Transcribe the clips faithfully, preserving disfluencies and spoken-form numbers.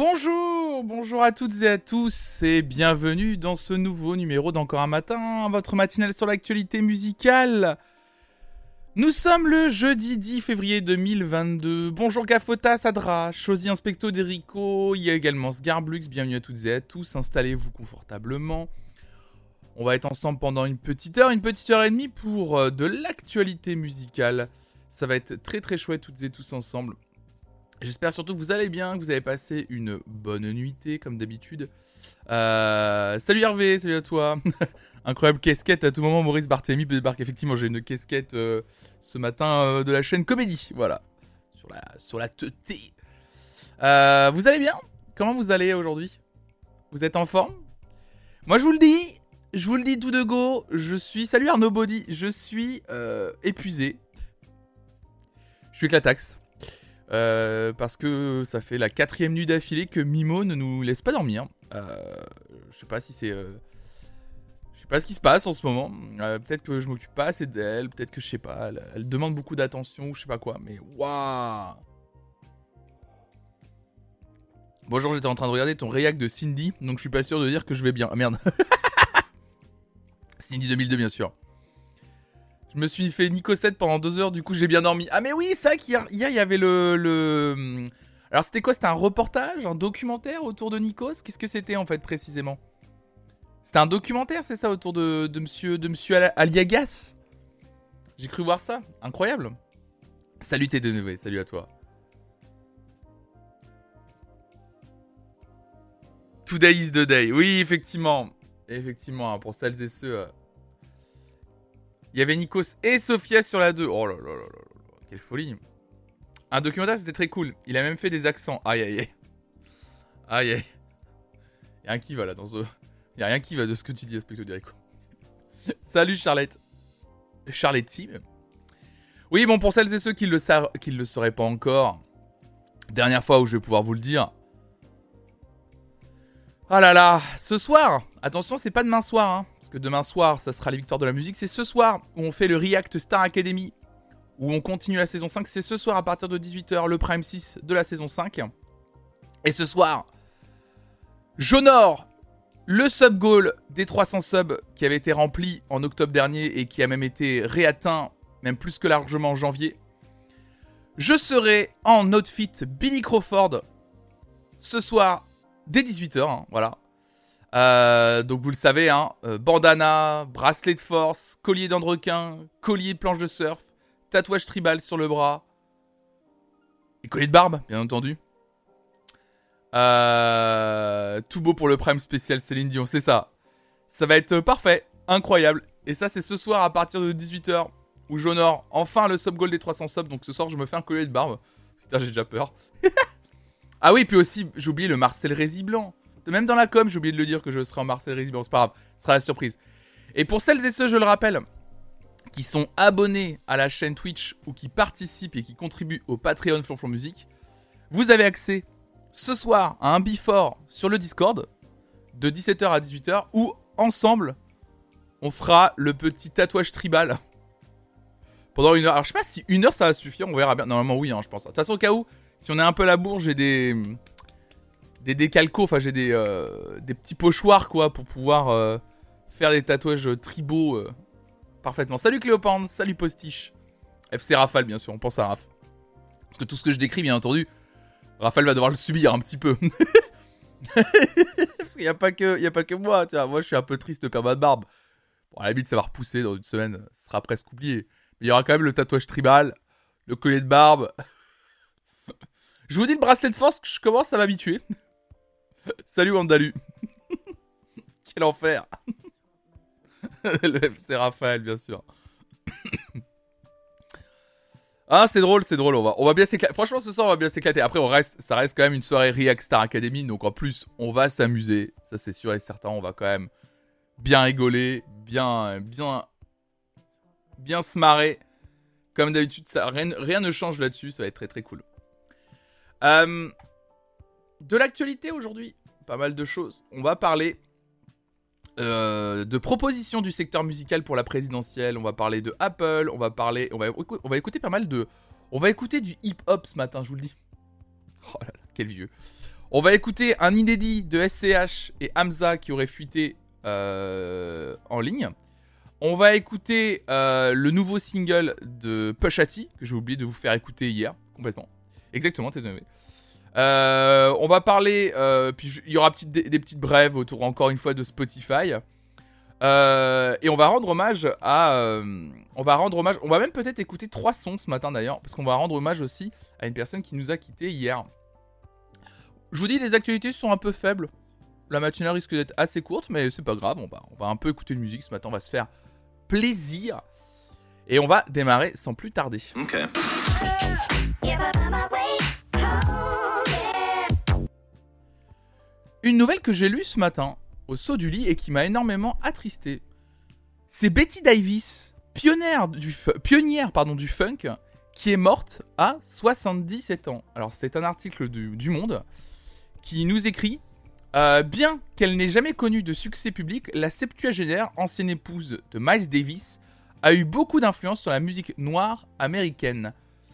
Bonjour, bonjour à toutes et à tous et bienvenue dans ce nouveau numéro d'Encore un matin, votre matinale sur l'actualité musicale. Nous sommes le jeudi dix février deux mille vingt-deux. Bonjour Gafota, Sadra, Chosy Inspecto d'Erico, il y a également Sgarblux, bienvenue à toutes et à tous, installez-vous confortablement. On va être ensemble pendant une petite heure, une petite heure et demie pour euh, de l'actualité musicale. Ça va être très très chouette toutes et tous ensemble. J'espère surtout que vous allez bien, que vous avez passé une bonne nuitée comme d'habitude. Euh, salut Hervé, salut à toi. Incroyable casquette à tout moment, Maurice Barthélemy débarque. Effectivement, j'ai une casquette euh, ce matin euh, de la chaîne Comédie, voilà, sur la, sur la teuté. Euh, vous allez bien? Comment vous allez aujourd'hui? Vous êtes en forme? Moi je vous le dis, je vous le dis tout de go, je suis... Salut Arnaud Body, je suis euh, épuisé. Je suis éclataxe. Euh, parce que ça fait la quatrième nuit d'affilée que Mimo ne nous laisse pas dormir. Euh, je sais pas si c'est... Euh, je sais pas ce qui se passe en ce moment. Euh, peut-être que je m'occupe pas assez d'elle, peut-être que je sais pas, elle, elle demande beaucoup d'attention ou je sais pas quoi, mais waouh. Bonjour, j'étais en train de regarder ton réac de Cindy, donc je suis pas sûr de dire que je vais bien. Ah merde. Cindy deux mille deux bien sûr. Je me suis fait Nico sept pendant deux heures, du coup j'ai bien dormi. Ah mais oui, c'est vrai qu'hier il y avait le, le... Alors c'était quoi? C'était un reportage, un documentaire autour de Nikos? Qu'est-ce que c'était en fait précisément? C'était un documentaire, c'est ça, autour de, de monsieur, de monsieur Aliagas? J'ai cru voir ça, incroyable. Salut T deux V, salut à toi. Today is the day, oui effectivement. Effectivement, pour celles et ceux... Euh... Il y avait Nikos et Sophia sur la deux. Oh là là là là là, quelle folie. Un documentaire, c'était très cool. Il a même fait des accents. Aïe aïe aïe. Aïe aïe. Il y a rien qui va là dans ce... Il y a rien qui va de ce que tu dis, Aspecto Dirico. Salut Charlotte. Charlotte Team. Oui, bon, pour celles et ceux qui ne le, sa... qui le sauraient pas encore, dernière fois où je vais pouvoir vous le dire. Oh là là, ce soir, attention, c'est pas demain soir, hein. Parce que demain soir, ça sera les victoires de la musique. C'est ce soir où on fait le React Star Academy, où on continue la saison cinq. C'est ce soir à partir de dix-huit heures, le Prime six de la saison cinq. Et ce soir, j'honore le sub goal des trois cents subs qui avait été rempli en octobre dernier et qui a même été réatteint, même plus que largement en janvier. Je serai en outfit Billy Crawford ce soir dès dix-huit heures, hein, voilà. Euh, donc vous le savez, hein, euh, bandana, bracelet de force, collier dents de requin, collier de planche de surf, tatouage tribal sur le bras et collier de barbe, bien entendu. Euh, tout beau pour le Prime spécial Céline Dion, c'est ça. Ça va être parfait, incroyable. Et ça c'est ce soir à partir de dix-huit heures où j'honore enfin le sub goal des trois cents subs. Donc ce soir je me fais un collier de barbe. Putain, j'ai déjà peur. Ah oui, puis aussi j'ai oublié le Marcel Rézy blanc. Même dans la com, j'ai oublié de le dire que je serai en Marcel Rézy. Bon, c'est pas grave, ce sera la surprise. Et pour celles et ceux, je le rappelle, qui sont abonnés à la chaîne Twitch ou qui participent et qui contribuent au Patreon Flonflon Musique, vous avez accès ce soir à un before sur le Discord de dix-sept heures à dix-huit heures où, ensemble, on fera le petit tatouage tribal pendant une heure. Alors, je sais pas si une heure ça va suffire, on verra bien. Normalement, oui, hein, je pense. De toute façon, au cas où, si on est un peu à la bourre, j'ai des... Des décalcos, enfin j'ai des, euh, des petits pochoirs quoi pour pouvoir euh, faire des tatouages tribaux euh, parfaitement. Salut Cléopâtre, salut Postiche. F C Rafale bien sûr, on pense à Raph. Parce que tout ce que je décris bien entendu, Raphaël va devoir le subir un petit peu. Parce qu'il n'y a, pas que, il y a pas que moi, tu vois. Moi je suis un peu triste de perdre ma barbe. Bon à la limite ça va repousser dans une semaine, ça sera presque oublié. Mais il y aura quand même le tatouage tribal, le collier de barbe. Je vous dis le bracelet de force que je commence à m'habituer. Salut Wandalu. Quel enfer. Le F C Raphaël, bien sûr. Ah, c'est drôle, c'est drôle. On va, on va bien s'éclater. Franchement, ce soir, on va bien s'éclater. Après, on reste, ça reste quand même une soirée React Star Academy. Donc, en plus, on va s'amuser. Ça, c'est sûr et certain. On va quand même bien rigoler. Bien, bien, bien se marrer. Comme d'habitude, ça, rien, rien ne change là-dessus. Ça va être très, très cool. Euh... De l'actualité aujourd'hui, pas mal de choses. On va parler euh, de propositions du secteur musical pour la présidentielle. On va parler de Apple. On va parler, on va, on va écouter pas mal de, on va écouter du hip-hop ce matin, je vous le dis. Oh là là, quel vieux. On va écouter un inédit de S C H et Hamza qui aurait fuité euh, en ligne. On va écouter euh, le nouveau single de Pusha T, que j'ai oublié de vous faire écouter hier, complètement. Exactement, t'es donné. Euh, on va parler, euh, puis il y aura petite, des, des petites brèves autour encore une fois de Spotify. Euh, et on va rendre hommage à... Euh, on va rendre hommage... On va même peut-être écouter trois sons ce matin d'ailleurs, parce qu'on va rendre hommage aussi à une personne qui nous a quittés hier. Je vous dis, les actualités sont un peu faibles. La matinale risque d'être assez courte, mais c'est pas grave. On va, on va un peu écouter de musique ce matin. On va se faire plaisir. Et on va démarrer sans plus tarder. Ok. Une nouvelle que j'ai lue ce matin, au saut du lit, et qui m'a énormément attristé. C'est Betty Davis, pionnière du, fu- pionnière, pardon, du funk, qui est morte à soixante-dix-sept ans. Alors, c'est un article du, du Monde qui nous écrit euh, « Bien qu'elle n'ait jamais connu de succès public, la septuagénaire, ancienne épouse de Miles Davis, a eu beaucoup d'influence sur la musique noire américaine. »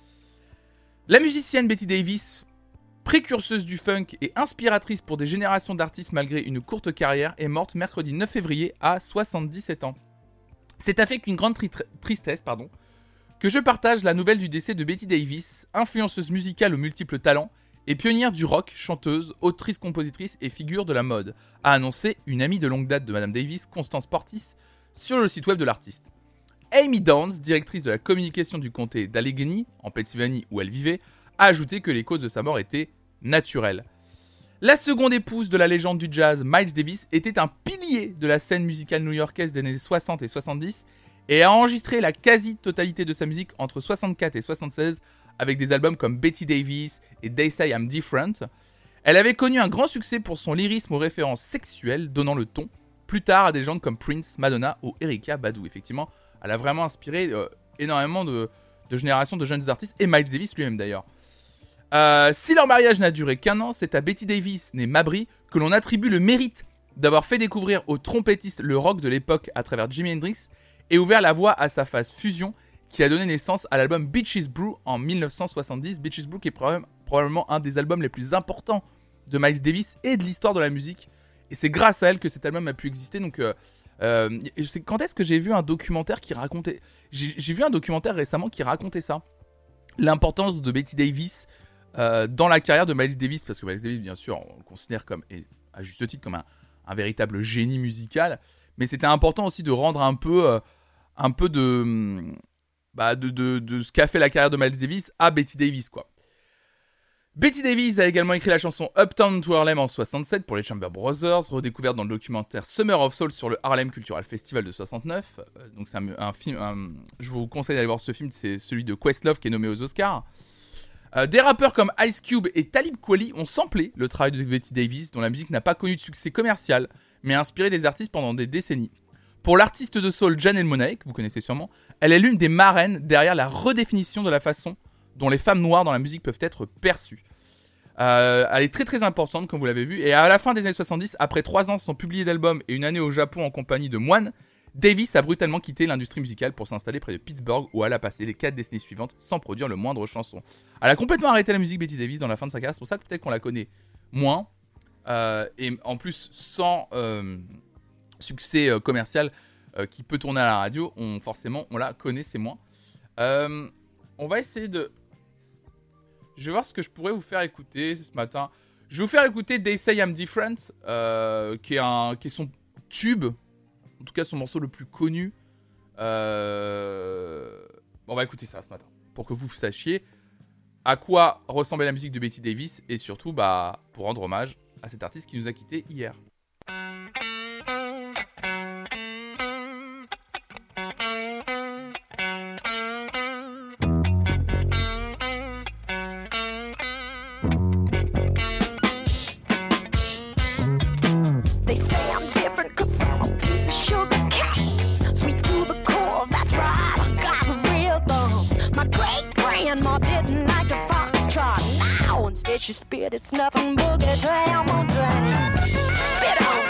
La musicienne Betty Davis, précurseuse du funk et inspiratrice pour des générations d'artistes malgré une courte carrière, est morte mercredi neuf février à soixante-dix-sept ans. C'est avec une grande tri- tristesse pardon, que je partage la nouvelle du décès de Betty Davis, influenceuse musicale aux multiples talents et pionnière du rock, chanteuse, autrice, compositrice et figure de la mode, a annoncé une amie de longue date de Madame Davis, Constance Portis, sur le site web de l'artiste. Amy Downs, directrice de la communication du comté d'Allegheny, en Pennsylvanie où elle vivait, a ajouté que les causes de sa mort étaient naturelles. La seconde épouse de la légende du jazz, Miles Davis, était un pilier de la scène musicale new-yorkaise des années soixante et soixante-dix et a enregistré la quasi-totalité de sa musique entre soixante-quatre et soixante-seize avec des albums comme Betty Davis et They Say I'm Different. Elle avait connu un grand succès pour son lyrisme aux références sexuelles, donnant le ton, plus tard à des gens comme Prince, Madonna ou Erykah Badu. Effectivement, elle a vraiment inspiré euh, énormément de, de générations de jeunes artistes, et Miles Davis lui-même d'ailleurs. Euh, si leur mariage n'a duré qu'un an, c'est à Betty Davis, née Mabry, que l'on attribue le mérite d'avoir fait découvrir aux trompettistes le rock de l'époque à travers Jimi Hendrix et ouvert la voie à sa phase fusion qui a donné naissance à l'album Bitches Brew en dix-neuf cent soixante-dix. Bitches Brew qui est probablement un des albums les plus importants de Miles Davis et de l'histoire de la musique. Et c'est grâce à elle que cet album a pu exister. Donc, euh, euh, quand est-ce que j'ai vu un documentaire qui racontait... J'ai, j'ai vu un documentaire récemment qui racontait ça. L'importance de Betty Davis euh, dans la carrière de Miles Davis. Parce que Miles Davis, bien sûr, on le considère comme, et à juste titre, comme un, un véritable génie musical. Mais c'était important aussi de rendre un peu, euh, un peu de... Bah de, de, de ce qu'a fait la carrière de Miles Davis à Betty Davis, quoi. Betty Davis a également écrit la chanson Uptown to Harlem en soixante-sept pour les Chamber Brothers, redécouverte dans le documentaire Summer of Soul sur le Harlem Cultural Festival de soixante-neuf. Euh, donc c'est un, un film, un, je vous conseille d'aller voir ce film, c'est celui de Questlove qui est nommé aux Oscars. Euh, des rappeurs comme Ice Cube et Talib Kweli ont samplé le travail de Betty Davis, dont la musique n'a pas connu de succès commercial, mais a inspiré des artistes pendant des décennies. Pour l'artiste de soul Janelle Monáe, que vous connaissez sûrement, elle est l'une des marraines derrière la redéfinition de la façon dont les femmes noires dans la musique peuvent être perçues. Euh, elle est très très importante, comme vous l'avez vu, et à la fin des années soixante-dix, après trois ans sans publier d'album et une année au Japon en compagnie de moines, Davis a brutalement quitté l'industrie musicale pour s'installer près de Pittsburgh, où elle a passé les quatre décennies suivantes sans produire le moindre chanson. Elle a complètement arrêté la musique, Betty Davis, dans la fin de sa carrière, c'est pour ça que peut-être qu'on la connaît moins, euh, et en plus sans... Euh, succès euh, commercial euh, qui peut tourner à la radio, on, forcément on la connaît, c'est moins. Euh, on va essayer de... Je vais voir ce que je pourrais vous faire écouter ce matin. Je vais vous faire écouter They Say I'm Different, euh, qui, est un, qui est son tube, en tout cas son morceau le plus connu. Euh... On va écouter ça ce matin, pour que vous sachiez à quoi ressemblait la musique de Betty Davis, et surtout bah, pour rendre hommage à cet artiste qui nous a quittés hier. She spit, it's nothing boogie down on drain. Spit on.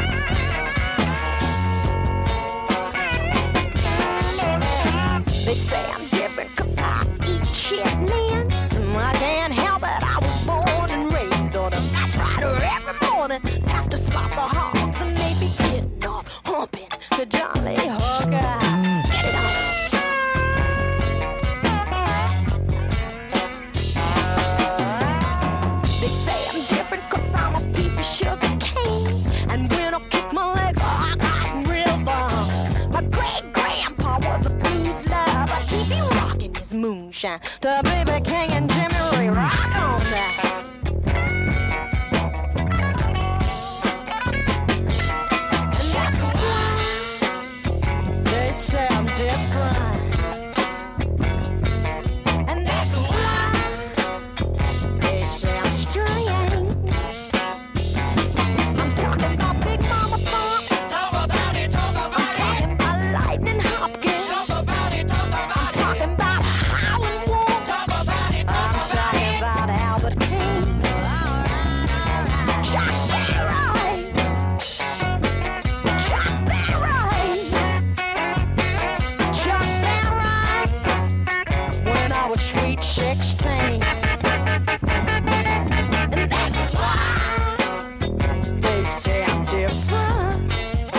They say I'm different cause I eat chitlins. I can't help it, I was born and raised on them. That's morning after slop the hogs and maybe getting off humping the Jolly Hooker. Get it on. They say I'm different cause I'm a piece of sugar cane. And when I kick my legs, oh, I got rhythm. My great grandpa was a blues lover. He be rocking his moonshine. The baby king and Jimmy Ray rock on that. And that's why they say I'm different. And that's why they say I'm strange. I'm talking about Big Mama Funk. Talk about it, talk about I'm talking about Lightning Hopkins. Talk about it, talk I'm about it. talking about Howlin' Wolf. Talk about it, I'm talk about talking it. about Albert King. Chuck Berry. Chuck Berry. Chuck Berry. When I was sweet sixteen. And that's why they say I'm different.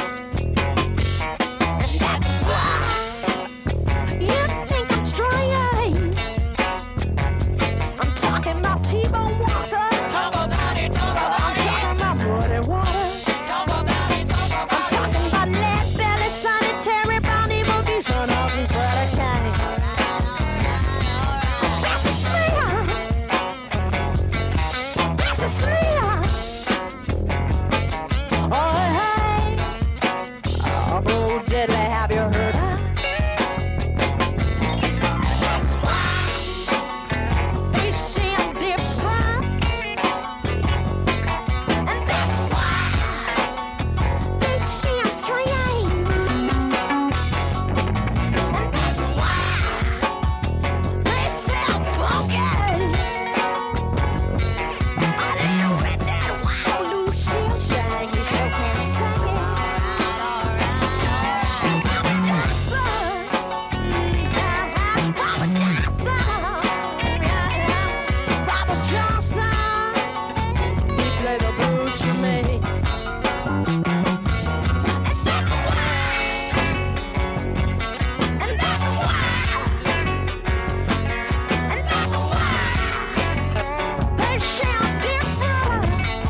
And that's why you think I'm strange. I'm talking about T-Bone Walker. Talk about it, talk I'm about it. talking about Muddy Waters. Talk about it, talk I'm about it. talking about Lead Belly, Sonny Terry, Brownie, Boogie, Son House, and Freddie County. That's a smear. That's a smear. Oh, hey. Oh, Bo Diddley, have you heard her? That's why they say I'm different. And that's why they say I'm strange. And that's why they say I'm funky. A little Richard Wild Lucille sang, you sure can sing it. Robert Johnson, mm, Robert Johnson, Robert Johnson, he played the blues for me. And that's why, and that's why, and that's why they say I'm different.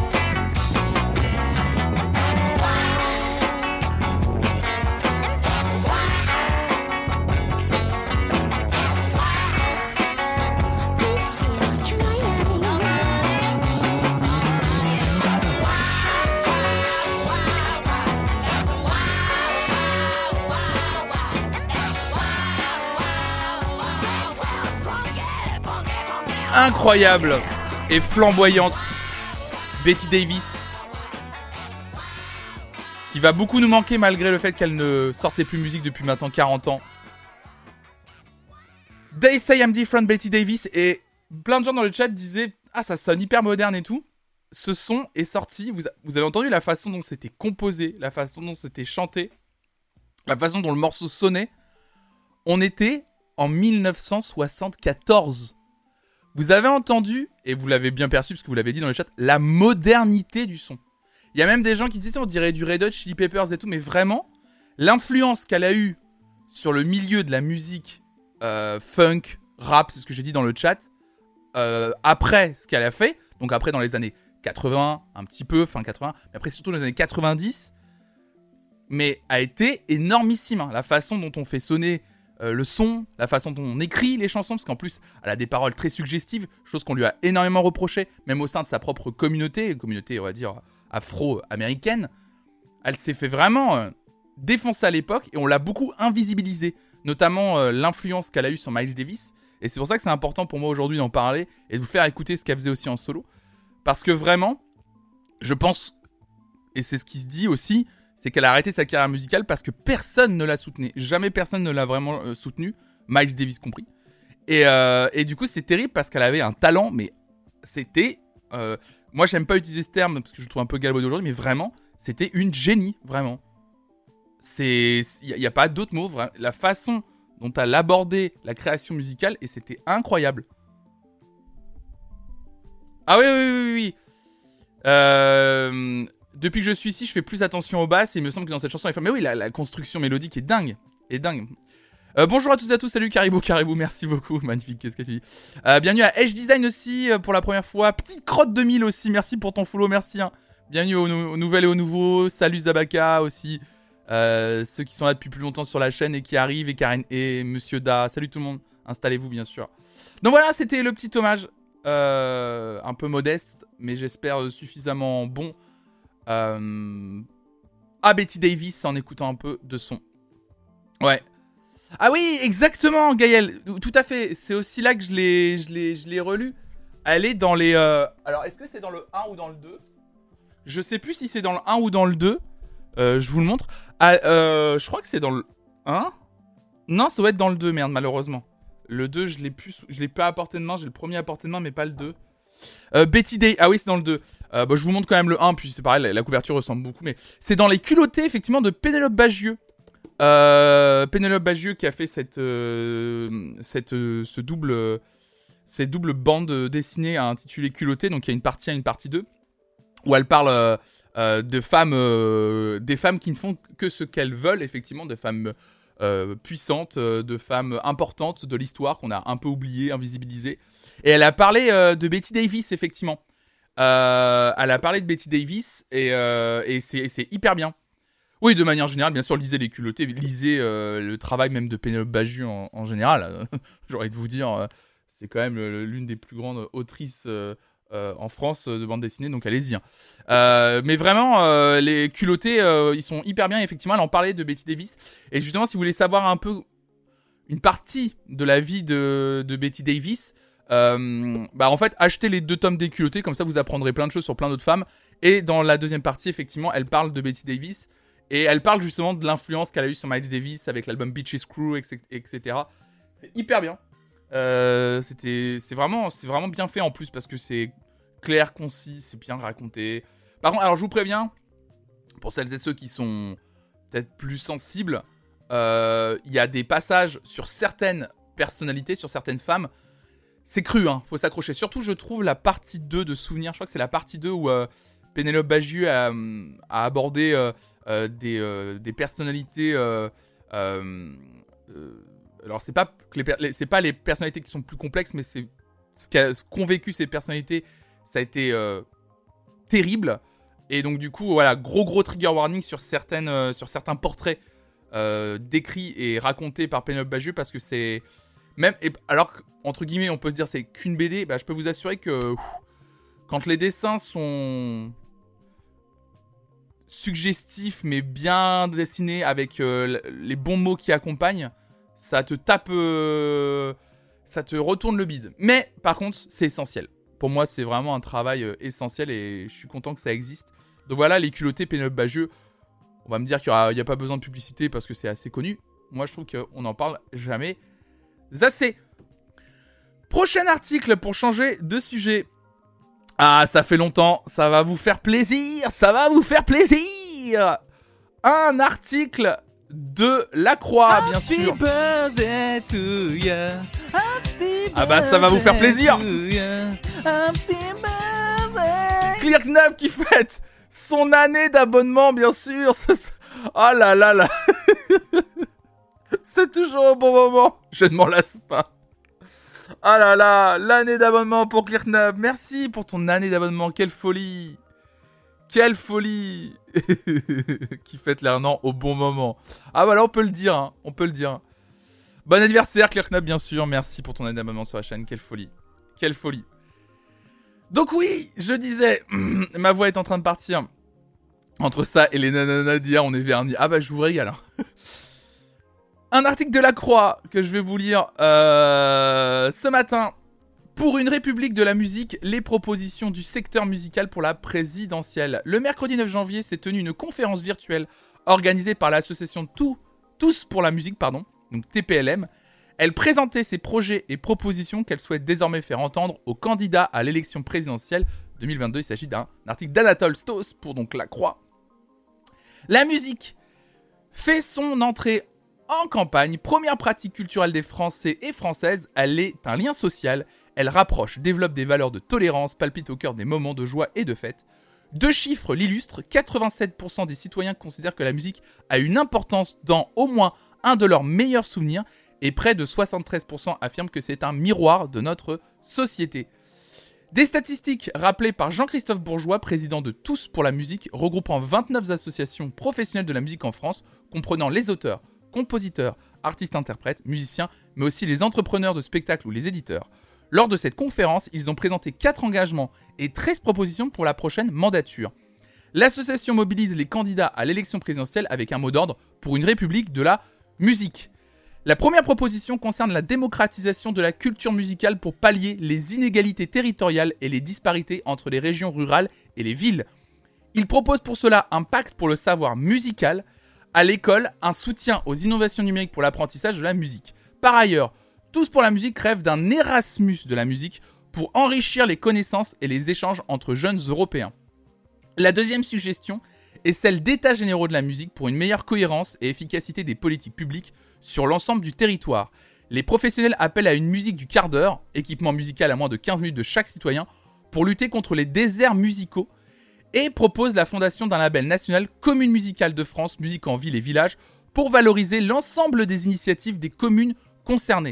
And that's why, and that's why, and that's why they say I'm strange. That's Incroyable et flamboyante Betty Davis, qui va beaucoup nous manquer malgré le fait qu'elle ne sortait plus musique depuis maintenant quarante ans. They Say I'm Different, Betty Davis, et plein de gens dans le chat disaient « Ah, ça sonne hyper moderne et tout ». Ce son est sorti, vous, vous avez entendu la façon dont c'était composé, la façon dont c'était chanté, la façon dont le morceau sonnait. On était en dix-neuf cent soixante-quatorze. Vous avez entendu, et vous l'avez bien perçu parce que vous l'avez dit dans le chat, la modernité du son. Il y a même des gens qui disent on dirait du Red Hot Chili Peppers et tout, mais vraiment, l'influence qu'elle a eue sur le milieu de la musique euh, funk, rap, c'est ce que j'ai dit dans le chat, euh, après ce qu'elle a fait, donc après dans les années quatre-vingts, un petit peu, fin quatre-vingts, mais après surtout dans les années quatre-vingt-dix, mais a été énormissime. Hein. La façon dont on fait sonner euh, le son, la façon dont on écrit les chansons, parce qu'en plus, elle a des paroles très suggestives, chose qu'on lui a énormément reproché, même au sein de sa propre communauté, communauté, on va dire, afro-américaine. Elle s'est fait vraiment euh, défoncer à l'époque, et on l'a beaucoup invisibilisée, notamment euh, l'influence qu'elle a eue sur Miles Davis, et c'est pour ça que c'est important pour moi aujourd'hui d'en parler, et de vous faire écouter ce qu'elle faisait aussi en solo, parce que vraiment, je pense, et c'est ce qui se dit aussi, c'est qu'elle a arrêté sa carrière musicale parce que personne ne la soutenait. Jamais personne ne l'a vraiment euh, soutenue, Miles Davis compris. Et, euh, et du coup, c'est terrible parce qu'elle avait un talent, mais c'était... Euh, moi, j'aime pas utiliser ce terme parce que je le trouve un peu galvaudé aujourd'hui, mais vraiment, c'était une génie, vraiment. Il n'y a, a pas d'autre mot. Vraiment. La façon dont elle abordait la création musicale, et c'était incroyable. Ah oui, oui, oui, oui. Euh... Depuis que je suis ici, je fais plus attention aux basses et il me semble que dans cette chanson, il fait... Mais oui, la, la construction mélodique est dingue. Est dingue. Euh, bonjour à tous et à tous, salut Caribou, Caribou, merci beaucoup, magnifique, qu'est-ce que tu dis. euh, Bienvenue à Edge Design aussi, euh, pour la première fois. Petite crotte deux mille aussi, merci pour ton follow, merci. Hein. Bienvenue aux, nou- aux nouvelles et aux nouveaux, salut Zabaka aussi. Euh, ceux qui sont là depuis plus longtemps sur la chaîne et qui arrivent, et Karen et Monsieur Da, salut tout le monde, installez-vous bien sûr. Donc voilà, c'était le petit hommage, euh, un peu modeste, mais j'espère suffisamment bon, euh, à Betty Davis en écoutant un peu de son. Ouais. Ah oui, exactement, Gaël, tout à fait, c'est aussi là que je l'ai, je l'ai, je l'ai relu. Elle est dans les... Euh... Alors, est-ce que c'est dans le un ou dans le deux ? Je sais plus si c'est dans le un ou dans le deux. Euh, je vous le montre. Ah, euh, je crois que c'est dans le un. Non, ça doit être dans le deux, merde, malheureusement. Le deux, je l'ai plus, je l'ai pas à portée de main. J'ai le premier à portée de main, mais pas le deux. Euh, Betty Day. Ah oui, c'est dans le deux. Euh, bah, je vous montre quand même le un, puis c'est pareil, la, la couverture ressemble beaucoup. Mais c'est dans les culottés, effectivement, de Pénélope Bagieux. Euh, Pénélope Bagieux qui a fait cette, euh, cette, euh, ce double, euh, cette double bande dessinée intitulée Culotté. Donc il y a une partie un, une partie deux, où elle parle euh, euh, de femmes, euh, des femmes qui ne font que ce qu'elles veulent, effectivement, de femmes euh, puissantes, euh, de femmes importantes de l'histoire qu'on a un peu oubliées, invisibilisées. Et elle a parlé euh, de Betty Davis, effectivement. Euh, elle a parlé de Betty Davis et, euh, et c'est, c'est hyper bien. Oui, de manière générale, bien sûr, lisez les culottés, lisez euh, le travail même de Pénélope Bagieux en, en général. J'ai envie de vous dire, euh, c'est quand même le, l'une des plus grandes autrices euh, euh, en France euh, de bande dessinée, donc allez-y. Hein. Euh, mais vraiment, euh, les culottés, euh, ils sont hyper bien. Effectivement, elle en parlait de Betty Davis. Et justement, si vous voulez savoir un peu une partie de la vie de, de Betty Davis, euh, bah en fait, achetez les deux tomes des culottés, comme ça vous apprendrez plein de choses sur plein d'autres femmes. Et dans la deuxième partie, effectivement, elle parle de Betty Davis. Et elle parle justement de l'influence qu'elle a eue sur Miles Davis avec l'album Beaches Crew, et cetera. C'est hyper bien. Euh, c'était, c'est, vraiment, c'est vraiment bien fait en plus parce que c'est clair, concis, c'est bien raconté. Par contre, alors je vous préviens, pour celles et ceux qui sont peut-être plus sensibles, euh, il y a des passages sur certaines personnalités, sur certaines femmes. C'est cru, hein, faut s'accrocher. Surtout, je trouve la partie deux de Souvenirs, je crois que c'est la partie deux où... Euh, Pénélope Bagieux a, a abordé euh, euh, des, euh, des personnalités. Euh, euh, euh, alors, c'est pas, que les, les, c'est pas les personnalités qui sont plus complexes, mais c'est ce, qu'a, ce qu'ont vécu ces personnalités. Ça a été euh, terrible. Et donc, du coup, voilà, gros, gros trigger warning sur, certaines, euh, sur certains portraits euh, décrits et racontés par Pénélope Bagieux parce que c'est. Même, et, alors qu'entre guillemets, on peut se dire c'est qu'une B D, bah, je peux vous assurer que. Ouf, quand les dessins sont suggestifs mais bien dessinés avec euh, les bons mots qui accompagnent, ça te tape, euh, ça te retourne le bide. Mais par contre, c'est essentiel. Pour moi, c'est vraiment un travail euh, essentiel et je suis content que ça existe. Donc voilà, les culottés Pénélope Bagieux, on va me dire qu'il n'y a, a pas besoin de publicité parce que c'est assez connu. Moi, je trouve qu'on n'en parle jamais assez. Prochain article pour changer de sujet. Ah, ça fait longtemps, ça va vous faire plaisir, ça va vous faire plaisir. Un article de La Croix, bien Happy sûr. birthday to ya. Happy Ah bah, ça va vous faire plaisir. Happy birthday. Clear Knapp qui fête son année d'abonnement, bien sûr. Oh là là là. C'est toujours au bon moment. Je ne m'en lasse pas. Ah là là, l'année d'abonnement pour Clear Knapp. Merci pour ton année d'abonnement. Quelle folie. Quelle folie. Qui fête les un an au bon moment. Ah voilà, on peut le dire. Hein. On peut le dire. Bon anniversaire Clear Knapp, bien sûr. Merci pour ton année d'abonnement sur la chaîne. Quelle folie. Quelle folie. Donc oui, je disais, ma voix est en train de partir. Entre ça et les nananas d'hier, on est vernis. Ah bah je vous régale. Hein. Un article de La Croix que je vais vous lire euh, ce matin. Pour une république de la musique, les propositions du secteur musical pour la présidentielle. Le mercredi neuf janvier s'est tenue une conférence virtuelle organisée par l'association Tout, Tous pour la musique, pardon, donc T P L M. Elle présentait ses projets et propositions qu'elle souhaite désormais faire entendre aux candidats à l'élection présidentielle deux mille vingt-deux. Il s'agit d'un article d'Anatole Stoss pour donc La Croix. La musique fait son entrée en campagne, première pratique culturelle des Français et Françaises, elle est un lien social, elle rapproche, développe des valeurs de tolérance, palpite au cœur des moments de joie et de fête. Deux chiffres l'illustrent, quatre-vingt-sept pour cent des citoyens considèrent que la musique a une importance dans au moins un de leurs meilleurs souvenirs, et près de soixante-treize pour cent affirment que c'est un miroir de notre société. Des statistiques rappelées par Jean-Christophe Bourgeois, président de Tous pour la musique, regroupant vingt-neuf associations professionnelles de la musique en France, comprenant les auteurs, compositeurs, artistes-interprètes, musiciens, mais aussi les entrepreneurs de spectacles ou les éditeurs. Lors de cette conférence, ils ont présenté quatre engagements et treize propositions pour la prochaine mandature. L'association mobilise les candidats à l'élection présidentielle avec un mot d'ordre pour une république de la musique. La première proposition concerne la démocratisation de la culture musicale pour pallier les inégalités territoriales et les disparités entre les régions rurales et les villes. Il propose pour cela un pacte pour le savoir musical, à l'école, un soutien aux innovations numériques pour l'apprentissage de la musique. Par ailleurs, Tous pour la musique rêvent d'un Erasmus de la musique pour enrichir les connaissances et les échanges entre jeunes Européens. La deuxième suggestion est celle d'états généraux de la musique pour une meilleure cohérence et efficacité des politiques publiques sur l'ensemble du territoire. Les professionnels appellent à une musique du quart d'heure, équipement musical à moins de quinze minutes de chaque citoyen, pour lutter contre les déserts musicaux, et proposent la fondation d'un label national Commune musicale de France, musique en ville et village, pour valoriser l'ensemble des initiatives des communes concernées.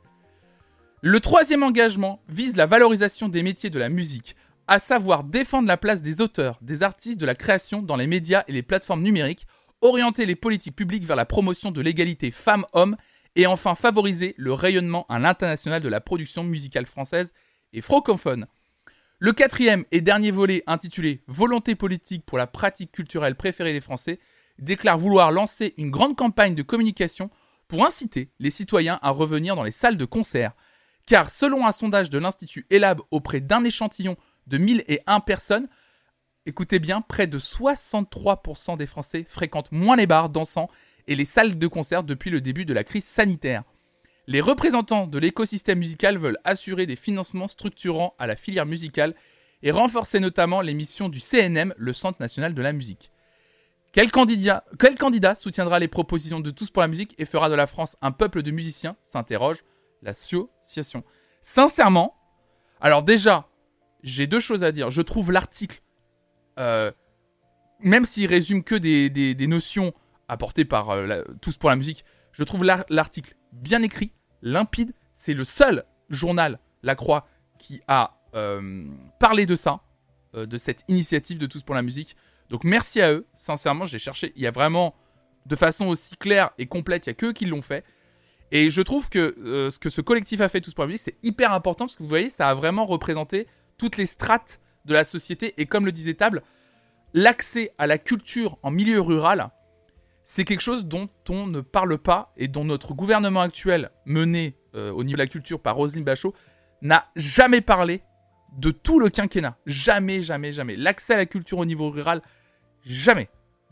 Le troisième engagement vise la valorisation des métiers de la musique, à savoir défendre la place des auteurs, des artistes, de la création dans les médias et les plateformes numériques, orienter les politiques publiques vers la promotion de l'égalité femmes-hommes et enfin favoriser le rayonnement à l'international de la production musicale française et francophone. Le quatrième et dernier volet, intitulé « Volonté politique pour la pratique culturelle préférée des Français », déclare vouloir lancer une grande campagne de communication pour inciter les citoyens à revenir dans les salles de concert. Car selon un sondage de l'Institut Elab auprès d'un échantillon de mille et une personnes, écoutez bien, près de soixante-trois pour cent des Français fréquentent moins les bars dansants et les salles de concert depuis le début de la crise sanitaire. Les représentants de l'écosystème musical veulent assurer des financements structurants à la filière musicale et renforcer notamment les missions du C N M, le Centre national de la musique. Quel candidat, quel candidat soutiendra les propositions de Tous pour la musique et fera de la France un peuple de musiciens, s'interroge l'association. Sincèrement, alors déjà, j'ai deux choses à dire. Je trouve l'article, euh, même s'il résume que des, des, des notions apportées par euh, la, Tous pour la musique, je trouve l'ar- l'article bien écrit, limpide. C'est le seul journal, La Croix, qui a euh, parlé de ça, euh, de cette initiative de Tous pour la musique. Donc merci à eux. Sincèrement, j'ai cherché. Il y a vraiment, de façon aussi claire et complète, il n'y a qu'eux qui l'ont fait. Et je trouve que euh, ce que ce collectif a fait Tous pour la musique, c'est hyper important parce que vous voyez, ça a vraiment représenté toutes les strates de la société. Et comme le disait Table, l'accès à la culture en milieu rural, c'est quelque chose dont on ne parle pas et dont notre gouvernement actuel, mené euh, au niveau de la culture par Roselyne Bachelot, n'a jamais parlé de tout le quinquennat. Jamais, jamais, jamais. L'accès à la culture au niveau rural, jamais.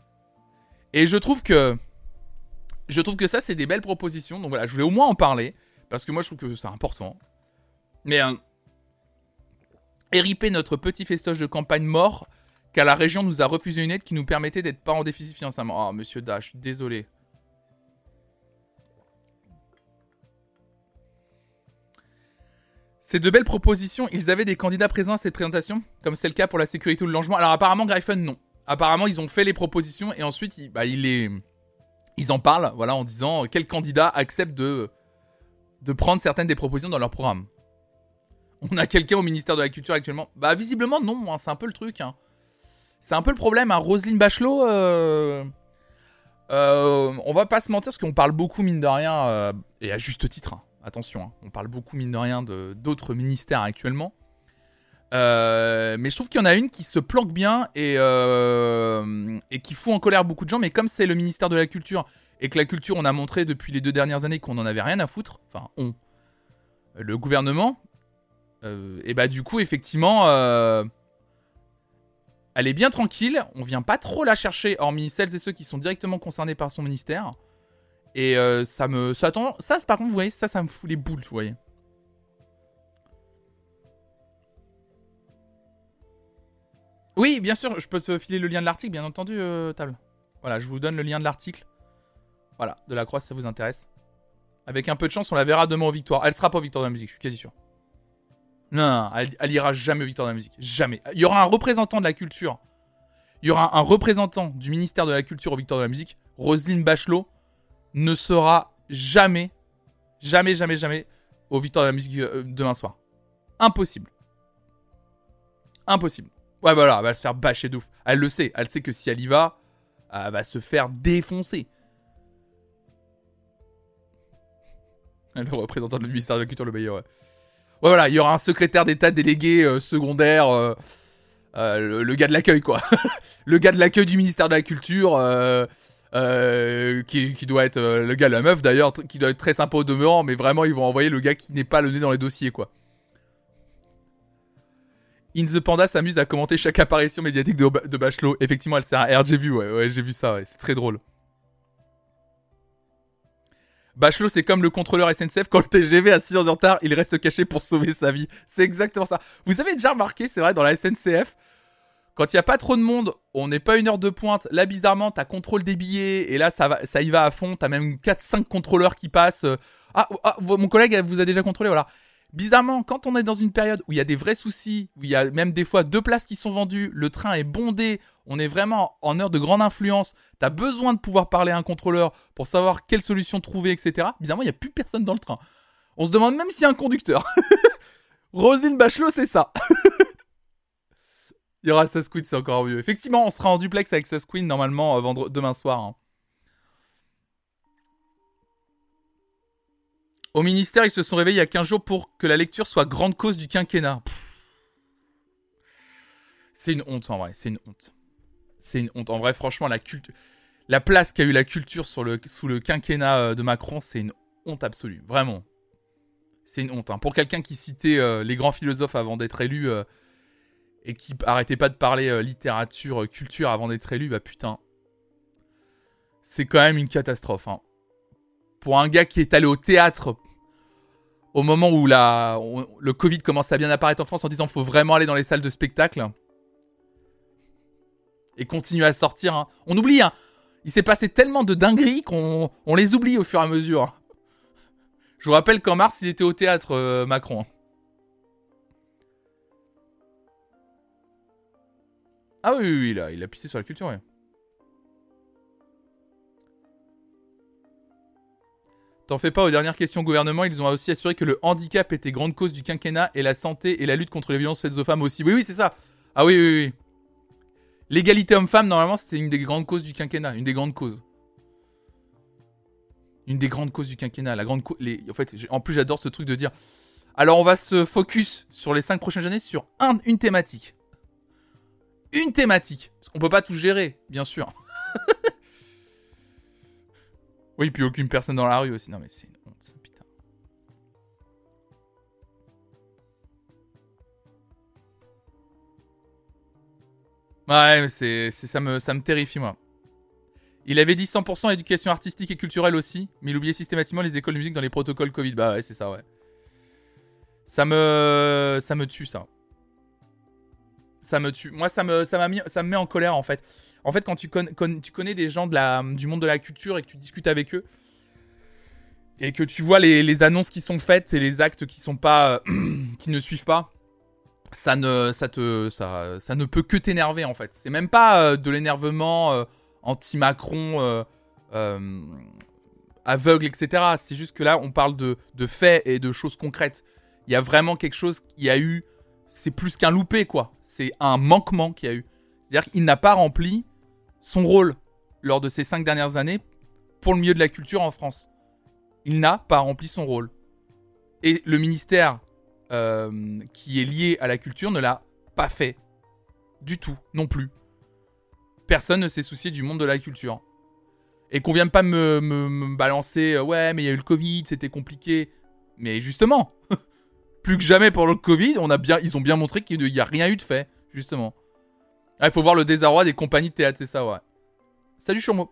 Et je trouve que... Je trouve que ça, c'est des belles propositions. Donc voilà, je voulais au moins en parler. Parce que moi, je trouve que c'est important. Mais... Euh,ériper notre petit festoche de campagne mort, car la région nous a refusé une aide qui nous permettait d'être pas en déficit financièrement. Ah, oh, monsieur Da, je suis désolé. Ces de belles propositions, ils avaient des candidats présents à cette présentation, comme c'est le cas pour la sécurité ou le logement. Alors apparemment, Gryphon, non. Apparemment, ils ont fait les propositions et ensuite, ils, bah, ils, les, ils en parlent, voilà, en disant quel candidat accepte de, de prendre certaines des propositions dans leur programme. On a quelqu'un au ministère de la Culture actuellement. Bah visiblement non, hein, c'est un peu le truc. Hein. C'est un peu le problème. Hein. Roselyne Bachelot, euh, euh, on va pas se mentir parce qu'on parle beaucoup mine de rien, euh, et à juste titre, hein, attention, hein, on parle beaucoup mine de rien de, d'autres ministères actuellement. Euh, mais je trouve qu'il y en a une qui se planque bien et, euh, et qui fout en colère beaucoup de gens. Mais comme c'est le ministère de la Culture et que la culture, on a montré depuis les deux dernières années qu'on en avait rien à foutre, enfin on, le gouvernement... Euh, et bah du coup effectivement euh, elle est bien tranquille, on vient pas trop la chercher hormis celles et ceux qui sont directement concernés par son ministère et euh, ça me ça, attend, ça par contre vous voyez ça ça me fout les boules vous voyez. Oui bien sûr je peux te filer le lien de l'article bien entendu euh, Table. Voilà je vous donne le lien de l'article. Voilà de la Croix si ça vous intéresse. Avec un peu de chance on la verra demain aux victoires. Elle sera pas aux victoires de la musique je suis quasi sûr. Non, non, elle, elle ira jamais aux victoires de la musique. Jamais. Il y aura un représentant de la culture il y aura un représentant du ministère de la Culture aux Victoires de la Musique. Roselyne Bachelot ne sera jamais, jamais, jamais, jamais aux Victoires de la Musique euh, demain soir. Impossible. Impossible. Ouais, voilà, elle va se faire bâcher de ouf. Elle le sait. Elle sait que si elle y va, elle va se faire défoncer. Le représentant du ministère de la Culture, le meilleur, ouais. Ouais, voilà, il y aura un secrétaire d'État délégué euh, secondaire, euh, euh, le, le gars de l'accueil, quoi. Le gars de l'accueil du ministère de la Culture, euh, euh, qui, qui doit être euh, le gars de la meuf, d'ailleurs, t- qui doit être très sympa au demeurant, mais vraiment, ils vont envoyer le gars qui n'est pas le nez dans les dossiers, quoi. In the Panda s'amuse à commenter chaque apparition médiatique de, de Bachelot. Effectivement, elle sert à R, j'ai vu, ouais, ouais, j'ai vu ça, ouais, c'est très drôle. Bachelot, c'est comme le contrôleur S N C F, quand le T G V a six heures de retard, il reste caché pour sauver sa vie. C'est exactement ça. Vous avez déjà remarqué, c'est vrai, dans la S N C F, quand il n'y a pas trop de monde, on n'est pas une heure de pointe, là, bizarrement, t'as contrôle des billets, et là, ça, va, ça y va à fond, t'as même quatre cinq contrôleurs qui passent. Ah, ah, mon collègue vous a déjà contrôlé, voilà. Bizarrement, quand on est dans une période où il y a des vrais soucis, où il y a même des fois deux places qui sont vendues, le train est bondé, on est vraiment en heure de grande influence, t'as besoin de pouvoir parler à un contrôleur pour savoir quelle solution trouver, et cetera. Bizarrement, il n'y a plus personne dans le train. On se demande même s'il y a un conducteur. Roselyne Bachelot, c'est ça. Il y aura Sasquatch, c'est encore mieux. Effectivement, on sera en duplex avec Sasquatch normalement euh, vendre... demain soir. Hein. Au ministère, ils se sont réveillés il y a quinze jours pour que la lecture soit grande cause du quinquennat. Pff. C'est une honte en vrai, c'est une honte. C'est une honte. En vrai, franchement, la, culte... la place qu'a eu la culture sur le... sous le quinquennat de Macron, c'est une honte absolue. Vraiment. C'est une honte. Hein. Pour quelqu'un qui citait euh, les grands philosophes avant d'être élu euh, et qui arrêtait pas de parler euh, littérature, euh, culture avant d'être élu, bah putain. C'est quand même une catastrophe. Hein. Pour un gars qui est allé au théâtre au moment où la, on, le Covid commence à bien apparaître en France en disant qu'il faut vraiment aller dans les salles de spectacle et continuer à sortir. Hein. On oublie, hein. Il s'est passé tellement de dingueries qu'on on les oublie au fur et à mesure. Je vous rappelle qu'en mars, il était au théâtre, euh, Macron. Ah oui, oui, oui il, a, il a pissé sur la culture, oui. T'en fais pas, aux dernières questions au gouvernement, ils ont aussi assuré que le handicap était grande cause du quinquennat et la santé et la lutte contre les violences faites aux femmes aussi. Oui, oui, c'est ça. Ah oui, oui, oui. L'égalité homme-femme, normalement, c'est une des grandes causes du quinquennat. Une des grandes causes. Une des grandes causes du quinquennat. La grande co- les... En fait, en plus, j'adore ce truc de dire... Alors, on va se focus sur les cinq prochaines années sur un, une thématique. Une thématique. Parce qu'on peut pas tout gérer, bien sûr. Oui, puis aucune personne dans la rue aussi. Non, mais c'est une honte, ça, putain. Ouais, mais c'est, c'est, ça, me, ça me terrifie, moi. Il avait dit cent pour cent éducation artistique et culturelle aussi, mais il oubliait systématiquement les écoles de musique dans les protocoles Covid. Bah ouais, c'est ça, ouais. Ça me... Ça me tue, ça. Ça me tue. Moi, ça me, ça m'a mis, ça me met en colère, en fait. En fait, quand tu, con, con, tu connais des gens de la, du monde de la culture et que tu discutes avec eux, et que tu vois les, les annonces qui sont faites et les actes qui sont pas, euh, qui ne suivent pas, ça ne, ça te, ça, ça ne peut que t'énerver, en fait. C'est même pas euh, de l'énervement euh, anti-Macron, euh, euh, aveugle, et cetera. C'est juste que là, on parle de, de faits et de choses concrètes. Il y a vraiment quelque chose qui a eu... C'est plus qu'un loupé, quoi. C'est un manquement qu'il y a eu. C'est-à-dire qu'il n'a pas rempli son rôle lors de ces cinq dernières années pour le milieu de la culture en France. Il n'a pas rempli son rôle. Et le ministère euh, qui est lié à la culture ne l'a pas fait. Du tout, non plus. Personne ne s'est soucié du monde de la culture. Et qu'on vienne pas me, me, me balancer euh, « Ouais, mais il y a eu le Covid, c'était compliqué. » Mais justement, plus que jamais pour le Covid, on a bien, ils ont bien montré qu'il n'y a rien eu de fait, justement. Il ah, faut voir le désarroi des compagnies de théâtre, c'est ça, ouais. Salut Chourmeau.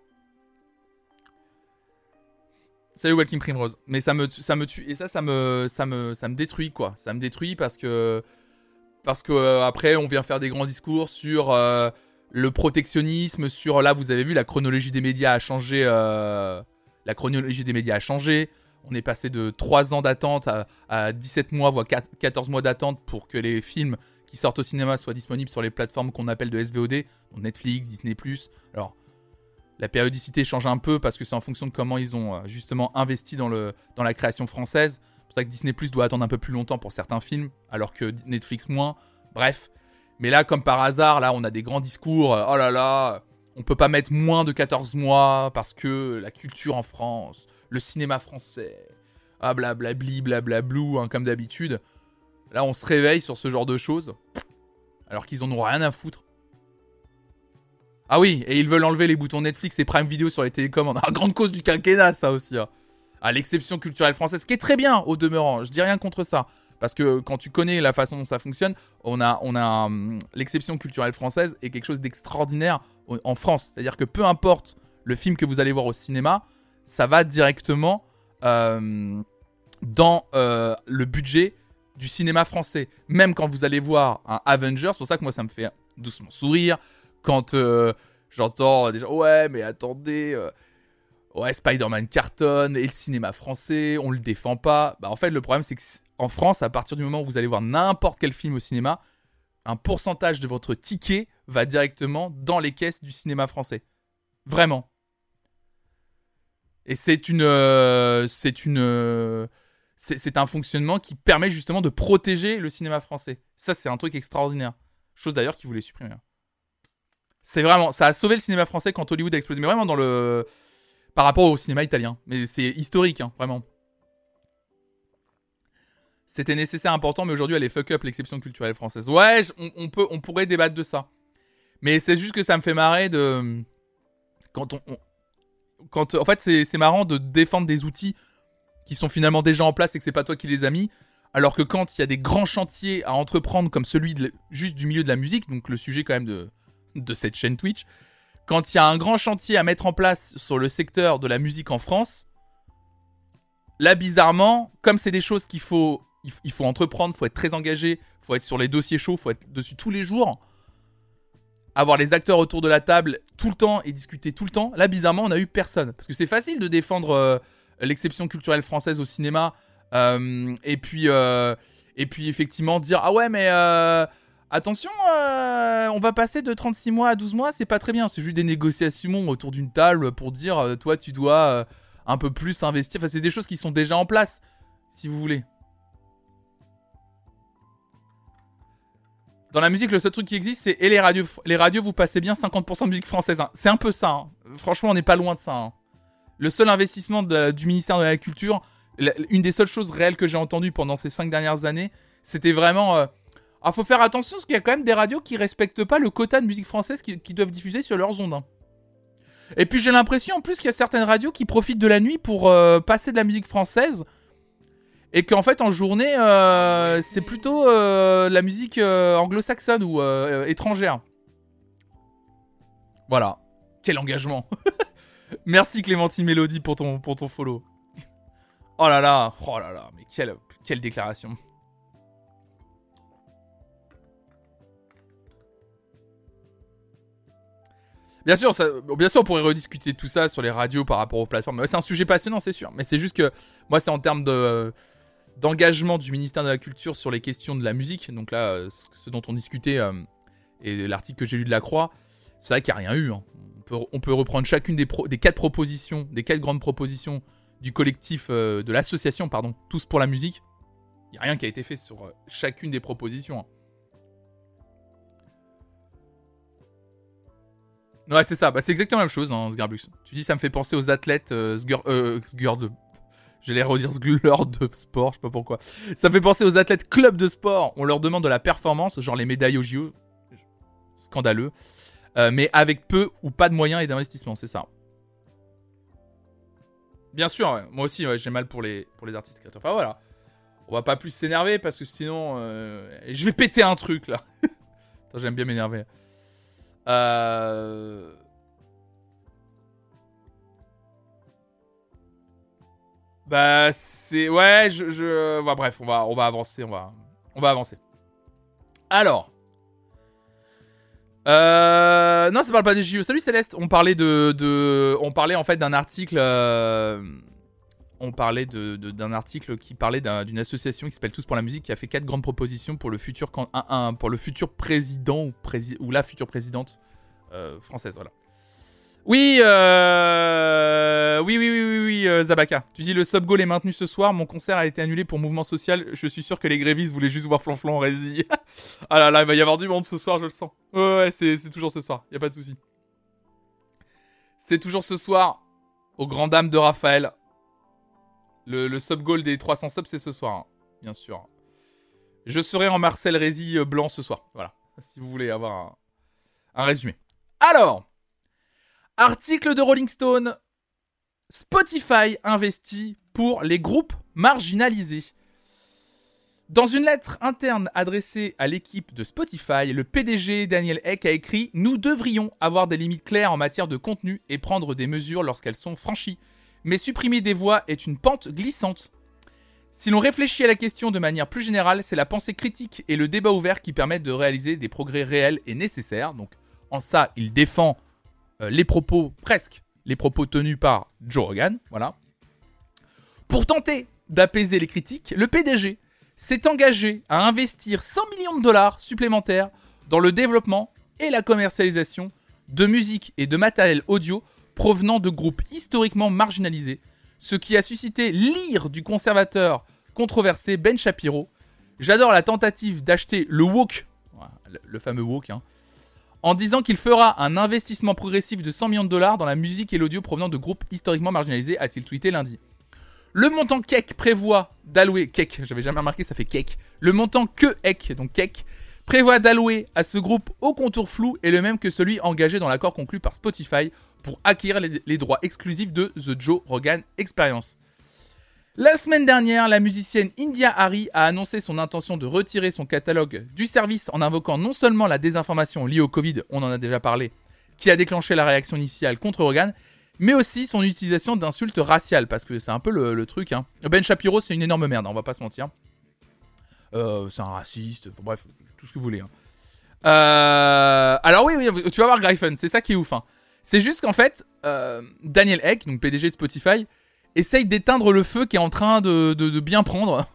Salut Walking Primrose. Mais ça me, ça me tue. Et ça, ça me, ça me, ça me détruit, quoi. Ça me détruit parce que... Parce que euh, après, on vient faire des grands discours sur euh, le protectionnisme, sur... Là, vous avez vu, la chronologie des médias a changé. Euh, la chronologie des médias a changé. On est passé de trois ans d'attente à, à dix-sept mois, voire quatorze mois d'attente pour que les films qui sortent au cinéma soient disponibles sur les plateformes qu'on appelle de S V O D, donc Netflix, Disney plus. Alors, la périodicité change un peu parce que c'est en fonction de comment ils ont euh, justement investi dans, le, dans la création française. C'est pour ça que Disney plus doit attendre un peu plus longtemps pour certains films, alors que Netflix moins. Bref. Mais là, comme par hasard, là, on a des grands discours. Euh, oh là là, on peut pas mettre moins de quatorze mois parce que la culture en France, le cinéma français, ah blablabli, blablablou, hein, comme d'habitude. Là, on se réveille sur ce genre de choses, alors qu'ils en ont rien à foutre. Ah oui, et ils veulent enlever les boutons Netflix et Prime Video sur les télécoms. On a une grande cause du quinquennat, ça aussi. Hein. À l'exception culturelle française, ce qui est très bien au demeurant. Je dis rien contre ça. Parce que quand tu connais la façon dont ça fonctionne, on a, on a hum, l'exception culturelle française est quelque chose d'extraordinaire en France. C'est-à-dire que peu importe le film que vous allez voir au cinéma, ça va directement euh, dans euh, le budget du cinéma français. Même quand vous allez voir un Avengers, c'est pour ça que moi ça me fait doucement sourire. Quand euh, j'entends des gens, ouais mais attendez, euh, ouais Spider-Man cartonne et le cinéma français, on le défend pas. Bah en fait le problème c'est que en France, à partir du moment où vous allez voir n'importe quel film au cinéma, un pourcentage de votre ticket va directement dans les caisses du cinéma français. Vraiment. Et c'est une, euh, c'est une, euh, c'est, c'est un fonctionnement qui permet justement de protéger le cinéma français. Ça, c'est un truc extraordinaire. Chose d'ailleurs qu'ils voulaient supprimer. C'est vraiment, ça a sauvé le cinéma français quand Hollywood a explosé. Mais vraiment dans le, par rapport au cinéma italien. Mais c'est historique, hein, vraiment. C'était nécessaire, important, mais aujourd'hui, elle est fuck up l'exception culturelle française. Ouais, on, on, peut, on pourrait débattre de ça. Mais c'est juste que ça me fait marrer de... Quand on... on... Quand, en fait, c'est, c'est marrant de défendre des outils qui sont finalement déjà en place et que c'est pas toi qui les as mis. Alors que quand il y a des grands chantiers à entreprendre comme celui de, juste du milieu de la musique, donc le sujet quand même de, de cette chaîne Twitch, quand il y a un grand chantier à mettre en place sur le secteur de la musique en France, là, bizarrement, comme c'est des choses qu'il faut... il faut entreprendre, il faut être très engagé, il faut être sur les dossiers chauds, il faut être dessus tous les jours, avoir les acteurs autour de la table tout le temps et discuter tout le temps. Là, bizarrement, on n'a eu personne. Parce que c'est facile de défendre euh, l'exception culturelle française au cinéma euh, et, puis, euh, et puis effectivement dire « Ah ouais, mais euh, attention, euh, on va passer de trente-six mois à douze mois, c'est pas très bien. » C'est juste des négociations autour d'une table pour dire euh, « Toi, tu dois euh, un peu plus investir. » Enfin, c'est des choses qui sont déjà en place, si vous voulez. Dans la musique, le seul truc qui existe, c'est et les radios, les radios, vous passez bien cinquante pour cent de musique française. Hein. C'est un peu ça. Hein. Franchement, on n'est pas loin de ça. Hein. Le seul investissement de la, du ministère de la Culture, la, une des seules choses réelles que j'ai entendues pendant ces cinq dernières années, c'était vraiment... Euh, ah, faut faire attention parce qu'il y a quand même des radios qui respectent pas le quota de musique française qui, qui doivent diffuser sur leurs ondes. Hein. Et puis j'ai l'impression en plus qu'il y a certaines radios qui profitent de la nuit pour euh, passer de la musique française... Et qu'en fait, en journée, euh, c'est plutôt euh, la musique euh, anglo-saxonne ou euh, étrangère. Voilà. Quel engagement. Merci Clémentine Mélodie pour ton, pour ton follow. Oh là là. Oh là là. Mais quelle, quelle déclaration. Bien sûr, ça, bien sûr, on pourrait rediscuter tout ça sur les radios par rapport aux plateformes. C'est un sujet passionnant, c'est sûr. Mais c'est juste que moi, c'est en termes de... d'engagement du ministère de la Culture sur les questions de la musique, donc là, ce dont on discutait, euh, et l'article que j'ai lu de La Croix, c'est vrai qu'il n'y a rien eu. Hein. On, peut, on peut reprendre chacune des, pro, des quatre propositions, des quatre grandes propositions du collectif, euh, de l'association, pardon, Tous pour la musique. Il n'y a rien qui a été fait sur euh, chacune des propositions. Hein. Ouais, c'est ça, bah, c'est exactement la même chose, hein, Sgarbus. Tu dis, ça me fait penser aux athlètes, euh, Sgur, euh, Sgur de... J'allais redire Sglur de sport, je sais pas pourquoi. Ça me fait penser aux athlètes club de sport. On leur demande de la performance, genre les médailles au J O. Scandaleux. Euh, mais avec peu ou pas de moyens et d'investissement, c'est ça. Bien sûr, ouais. Moi aussi, ouais, j'ai mal pour les, pour les artistes créateurs. Enfin voilà. On va pas plus s'énerver parce que sinon... Euh... Je vais péter un truc là. Attends, j'aime bien m'énerver. Euh... Bah c'est ouais je, je... Bah, bref on va on va avancer on va on va avancer. Alors euh... non ça parle pas des J O. Salut Céleste. On parlait de de on parlait en fait d'un article euh... on parlait de, de, d'un article qui parlait d'un, d'une association qui s'appelle Tous pour la musique, qui a fait quatre grandes propositions pour le futur, can- un, un, pour le futur président ou, prési- ou la future présidente euh, française. Voilà. Oui, euh... oui, oui, oui, oui, oui euh, Zabaka. Tu dis le sub goal est maintenu ce soir. Mon concert a été annulé pour mouvement social. Je suis sûr que les grévistes voulaient juste voir Flanflan en rési. Ah là là, il va y avoir du monde ce soir, je le sens. Ouais, ouais, c'est, c'est toujours ce soir. Y a pas de souci. C'est toujours ce soir. Aux grandes dames de Raphaël. Le, le sub goal des trois cents subs, c'est ce soir, hein, bien sûr. Je serai en Marcel Rézy euh, blanc ce soir. Voilà. Si vous voulez avoir un, un résumé. Alors, article de Rolling Stone. Spotify investit pour les groupes marginalisés. Dans une lettre interne adressée à l'équipe de Spotify, le P D G Daniel Ek a écrit « Nous devrions avoir des limites claires en matière de contenu et prendre des mesures lorsqu'elles sont franchies. Mais supprimer des voix est une pente glissante. Si l'on réfléchit à la question de manière plus générale, c'est la pensée critique et le débat ouvert qui permettent de réaliser des progrès réels et nécessaires. » Donc en ça, il défend euh, les propos, presque les propos tenus par Joe Rogan. Voilà. Pour tenter d'apaiser les critiques, le P D G s'est engagé à investir cent millions de dollars supplémentaires dans le développement et la commercialisation de musique et de matériel audio provenant de groupes historiquement marginalisés, ce qui a suscité l'ire du conservateur controversé Ben Shapiro. J'adore la tentative d'acheter le woke, le fameux woke, hein, en disant qu'il fera un investissement progressif de cent millions de dollars dans la musique et l'audio provenant de groupes historiquement marginalisés, a-t-il tweeté lundi. Le montant Keck prévoit d'allouer... Keck, j'avais jamais remarqué, ça fait Keck. Le montant que Ek, donc Keck, prévoit d'allouer à ce groupe au contour flou est le même que celui engagé dans l'accord conclu par Spotify pour acquérir les, les droits exclusifs de The Joe Rogan Experience. La semaine dernière, la musicienne India Hari a annoncé son intention de retirer son catalogue du service en invoquant non seulement la désinformation liée au Covid, on en a déjà parlé, qui a déclenché la réaction initiale contre Rogan, mais aussi son utilisation d'insultes raciales, parce que c'est un peu le, le truc. Hein. Ben Shapiro, c'est une énorme merde, hein, on va pas se mentir. Euh, c'est un raciste, bref, tout ce que vous voulez. Hein. Euh, alors oui, oui, tu vas voir Gryphon, c'est ça qui est ouf. Hein. C'est juste qu'en fait, euh, Daniel Ek, donc P D G de Spotify, essaye d'éteindre le feu qui est en train de, de, de bien prendre.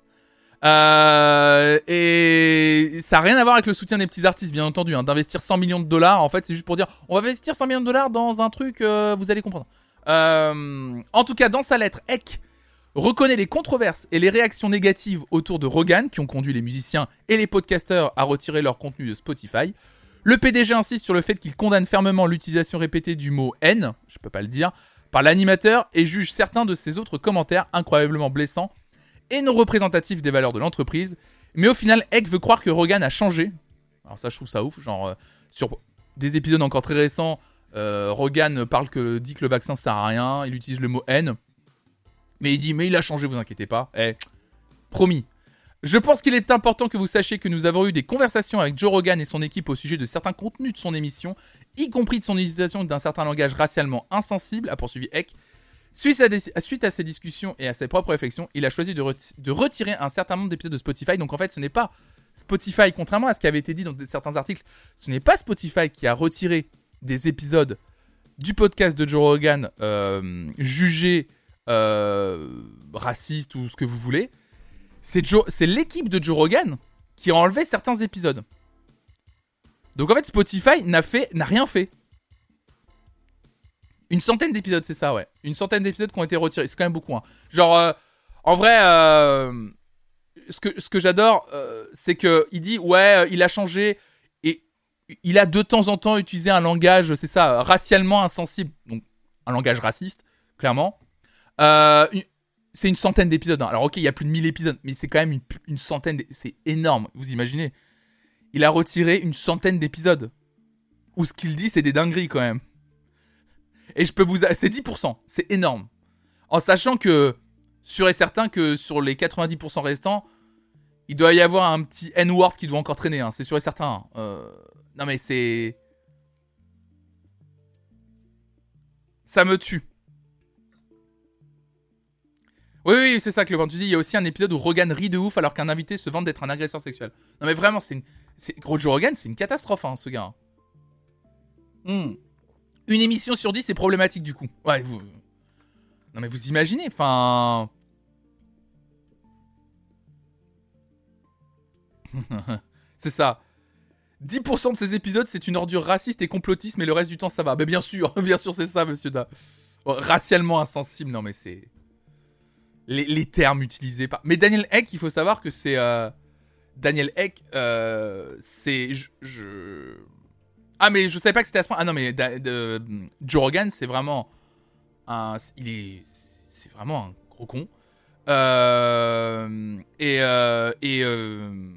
Euh, et ça n'a rien à voir avec le soutien des petits artistes, bien entendu, hein, d'investir cent millions de dollars. En fait, c'est juste pour dire, on va investir cent millions de dollars dans un truc, euh, vous allez comprendre. Euh, en tout cas, dans sa lettre, Ek reconnaît les controverses et les réactions négatives autour de Rogan, qui ont conduit les musiciens et les podcasteurs à retirer leur contenu de Spotify. Le P D G insiste sur le fait qu'il condamne fermement l'utilisation répétée du mot « haine », je peux pas le dire, par l'animateur et juge certains de ses autres commentaires incroyablement blessants et non représentatifs des valeurs de l'entreprise. Mais au final, Ek veut croire que Rogan a changé. Alors ça, je trouve ça ouf. Genre, euh, sur des épisodes encore très récents, euh, Rogan parle que, dit que le vaccin sert à rien, il utilise le mot « haine ». Mais il dit « mais il a changé, vous inquiétez pas. Eh, promis ». Je pense qu'il est important que vous sachiez que nous avons eu des conversations avec Joe Rogan et son équipe au sujet de certains contenus de son émission, y compris de son utilisation d'un certain langage racialement insensible, a poursuivi Ek. Suite à, des, suite à ces discussions et à ses propres réflexions, il a choisi de, re- de retirer un certain nombre d'épisodes de Spotify. Donc en fait, ce n'est pas Spotify, contrairement à ce qui avait été dit dans certains articles, ce n'est pas Spotify qui a retiré des épisodes du podcast de Joe Rogan euh, jugés euh, racistes ou ce que vous voulez. C'est, Joe, c'est l'équipe de Joe Rogan qui a enlevé certains épisodes. Donc en fait, Spotify n'a, fait, n'a rien fait. Une centaine d'épisodes, c'est ça, ouais. Une centaine d'épisodes qui ont été retirés. C'est quand même beaucoup, hein. Genre, euh, en vrai, euh, ce, que, ce que j'adore, euh, c'est qu'il dit, ouais, il a changé. Et il a de temps en temps utilisé un langage, c'est ça, racialement insensible. Donc, un langage raciste, clairement. Euh... Une, C'est une centaine d'épisodes. Hein. Alors ok, il y a plus de mille épisodes, mais c'est quand même une, une centaine. D'é... C'est énorme, vous imaginez. Il a retiré une centaine d'épisodes. Où ce qu'il dit, c'est des dingueries quand même. Et je peux vous... C'est dix pour cent, c'est énorme. En sachant que, sûr et certain que sur les quatre-vingt-dix pour cent restants, il doit y avoir un petit N-word qui doit encore traîner. Hein. C'est sûr et certain. Hein. Euh... Non mais c'est... Ça me tue. Oui, oui, c'est ça, Clément. Tu dis, il y a aussi un épisode où Rogan rit de ouf alors qu'un invité se vante d'être un agresseur sexuel. Non, mais vraiment, c'est une. C'est... Gros Joe Rogan, c'est une catastrophe, hein, ce gars. Mm. Une émission sur dix, c'est problématique, du coup. Ouais, vous. Non mais vous imaginez, enfin... C'est ça. dix pour cent de ces épisodes, c'est une ordure raciste et complotiste, mais le reste du temps, ça va. Mais bien sûr, bien sûr, c'est ça, monsieur Da. Bon, racialement insensible, non mais c'est... Les, les termes utilisés par... Mais Daniel Ek, il faut savoir que c'est... Euh... Daniel Ek, euh... c'est... Je, je... Ah mais je savais pas que c'était à ce point. Ah non mais da, de, Joe Rogan, c'est vraiment... Un... Il est... C'est vraiment un gros con. Euh... Et... Euh... Et... Euh...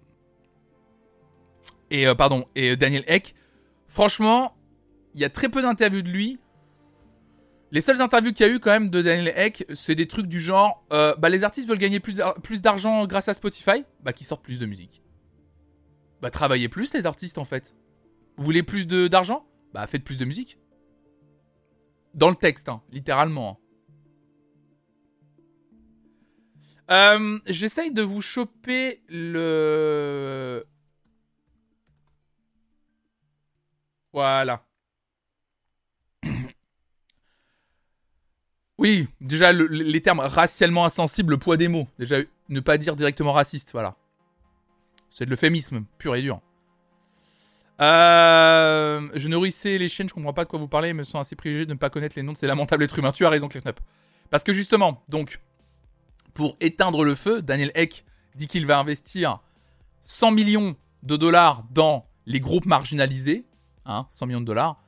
Et euh, pardon, et Daniel Ek, franchement, il y a très peu d'interviews de lui. Les seules interviews qu'il y a eu quand même de Daniel Ek, c'est des trucs du genre, euh, bah les artistes veulent gagner plus, d'ar- plus d'argent grâce à Spotify, bah qu'ils sortent plus de musique. Bah travaillez plus les artistes en fait. Vous voulez plus de, d'argent ? Bah faites plus de musique. Dans le texte, hein, littéralement. Euh, j'essaye de vous choper le... Voilà. Oui, déjà, le- les termes racialement insensible, le poids des mots. Déjà, ne pas dire directement raciste, voilà. C'est de l'euphémisme, pur et dur. Euh, je nourrissais les chiennes, je comprends pas de quoi vous parlez, me sens assez privilégié de ne pas connaître les noms de ces lamentables êtres humains. Tu as raison, Cliffnup. Parce que justement, donc, pour éteindre le feu, Daniel Ek dit qu'il va investir cent millions de dollars dans les groupes marginalisés. Hein, cent millions de dollars.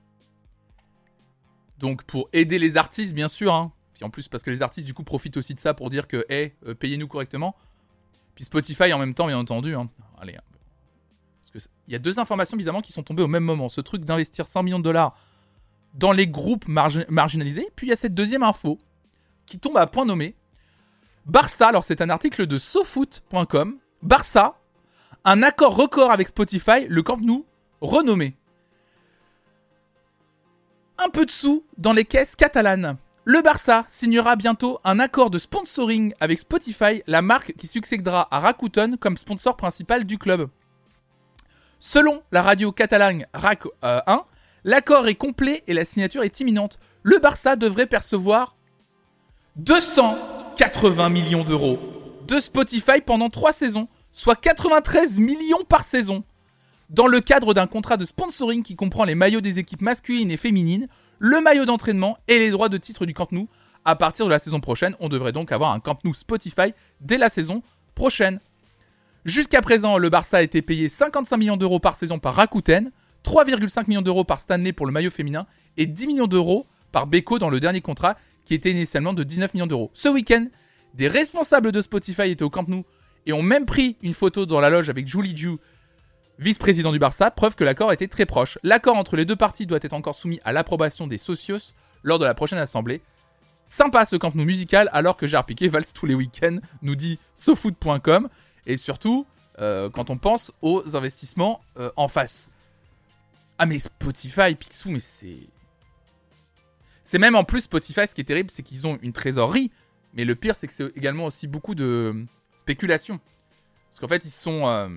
Donc pour aider les artistes, bien sûr. Hein. Puis en plus, parce que les artistes, du coup, profitent aussi de ça pour dire que, hey, euh, payez-nous correctement. Puis Spotify, en même temps, bien entendu. Hein. Allez. Hein. Parce que il y a deux informations, bizarrement, qui sont tombées au même moment. Ce truc d'investir cent millions de dollars dans les groupes margi- marginalisés. Puis il y a cette deuxième info qui tombe à point nommé. Barça, alors c'est un article de sofoot point com. Barça, un accord record avec Spotify, le Camp Nou renommé. Un peu de sous dans les caisses catalanes. Le Barça signera bientôt un accord de sponsoring avec Spotify, la marque qui succédera à Rakuten comme sponsor principal du club. Selon la radio catalane R A C un, l'accord est complet et la signature est imminente. Le Barça devrait percevoir deux cent quatre-vingts millions d'euros de Spotify pendant trois saisons, soit quatre-vingt-treize millions par saison. Dans le cadre d'un contrat de sponsoring qui comprend les maillots des équipes masculines et féminines, le maillot d'entraînement et les droits de titre du Camp Nou. À partir de la saison prochaine, on devrait donc avoir un Camp Nou Spotify dès la saison prochaine. Jusqu'à présent, le Barça a été payé cinquante-cinq millions d'euros par saison par Rakuten, trois virgule cinq millions d'euros par Stanley pour le maillot féminin et dix millions d'euros par Beko dans le dernier contrat qui était initialement de dix-neuf millions d'euros. Ce week-end, des responsables de Spotify étaient au Camp Nou et ont même pris une photo dans la loge avec Julie Ju, vice-président du Barça, preuve que l'accord était très proche. L'accord entre les deux parties doit être encore soumis à l'approbation des socios lors de la prochaine assemblée. Sympa ce Camp Nou musical alors que Gérard Piqué valse tous les week-ends, nous dit sofoot point com. Et surtout, euh, quand on pense aux investissements euh, en face. Ah mais Spotify, Picsou, mais c'est... C'est même en plus Spotify, ce qui est terrible, c'est qu'ils ont une trésorerie. Mais le pire, c'est que c'est également aussi beaucoup de spéculation. Parce qu'en fait, ils sont... Euh...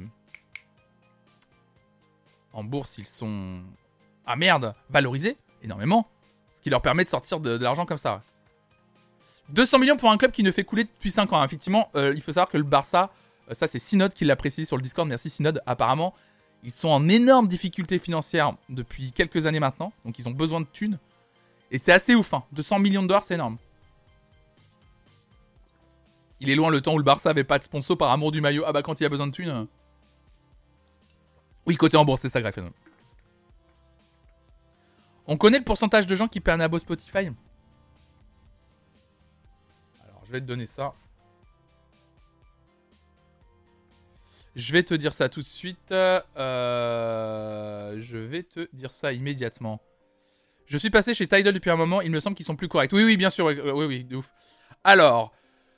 En bourse, ils sont... Ah merde, valorisés énormément. Ce qui leur permet de sortir de, de l'argent comme ça. deux cents millions pour un club qui ne fait couler depuis cinq ans. Effectivement, euh, il faut savoir que le Barça... Euh, ça, c'est Synode qui l'a précisé sur le Discord. Merci Synode. Apparemment, ils sont en énorme difficulté financière depuis quelques années maintenant. Donc, ils ont besoin de thunes. Et c'est assez ouf. Hein. deux cents millions de dollars, c'est énorme. Il est loin le temps où le Barça avait pas de sponsor par amour du maillot. Ah bah, quand il y a besoin de thunes... Euh... Oui, côté en bourse, c'est ça, Greffen. On connaît le pourcentage de gens qui paient un abo Spotify ? Alors, je vais te donner ça. Je vais te dire ça tout de suite. Euh... Je vais te dire ça immédiatement. Je suis passé chez Tidal depuis un moment. Il me semble qu'ils sont plus corrects. Oui, oui, bien sûr. Oui, oui, oui de ouf. Alors...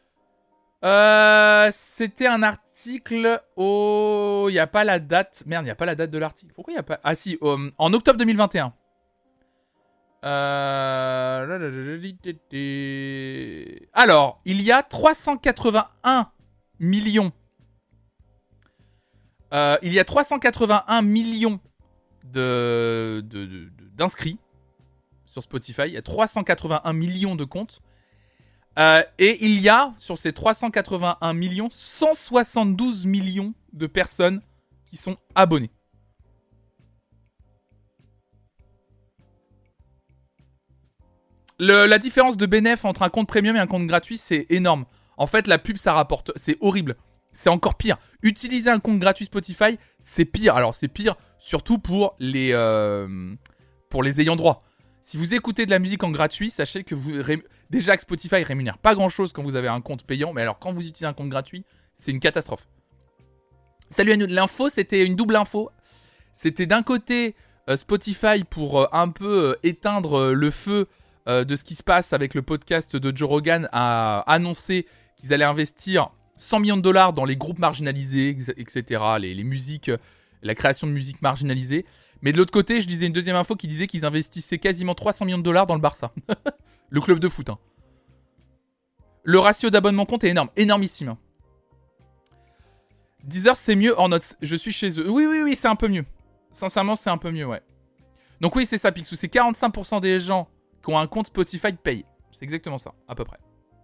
Euh, c'était un article au... Il n'y a pas la date. Merde, il n'y a pas la date de l'article. Pourquoi il n'y a pas... Ah si, euh, en octobre deux mille vingt et un. Euh... Alors, il y a trois cent quatre-vingt-un millions. Euh, il y a trois cent quatre-vingt-un millions de, de, de, de, d'inscrits sur Spotify. Il y a trois cent quatre-vingt-un millions de comptes. Euh, et il y a, sur ces trois cent quatre-vingt-un millions, cent soixante-douze millions de personnes qui sont abonnées. Le, la différence de bénéf entre un compte premium et un compte gratuit, c'est énorme. En fait, la pub, ça rapporte... C'est horrible. C'est encore pire. Utiliser un compte gratuit Spotify, c'est pire. Alors, c'est pire surtout pour les, euh, pour les ayants droit. Si vous écoutez de la musique en gratuit, sachez que vous... Ré... Déjà que Spotify rémunère pas grand-chose quand vous avez un compte payant. Mais alors, quand vous utilisez un compte gratuit, c'est une catastrophe. Salut à nous. L'info, c'était une double info. C'était d'un côté euh, Spotify pour euh, un peu euh, éteindre euh, le feu euh, de ce qui se passe avec le podcast de Joe Rogan, a annoncé qu'ils allaient investir cent millions de dollars dans les groupes marginalisés, et cetera, les, les musiques, la création de musique marginalisée. Mais de l'autre côté, je disais une deuxième info qui disait qu'ils investissaient quasiment trois cents millions de dollars dans le Barça. Le club de foot. Hein. Le ratio d'abonnement compte est énorme, énormissime. Hein. Deezer, c'est mieux en notes. Je suis chez eux. Oui, oui, oui, c'est un peu mieux. Sincèrement, c'est un peu mieux, ouais. Donc oui, c'est ça, Picsou. C'est quarante-cinq pour cent des gens qui ont un compte Spotify payent. C'est exactement ça, à peu près.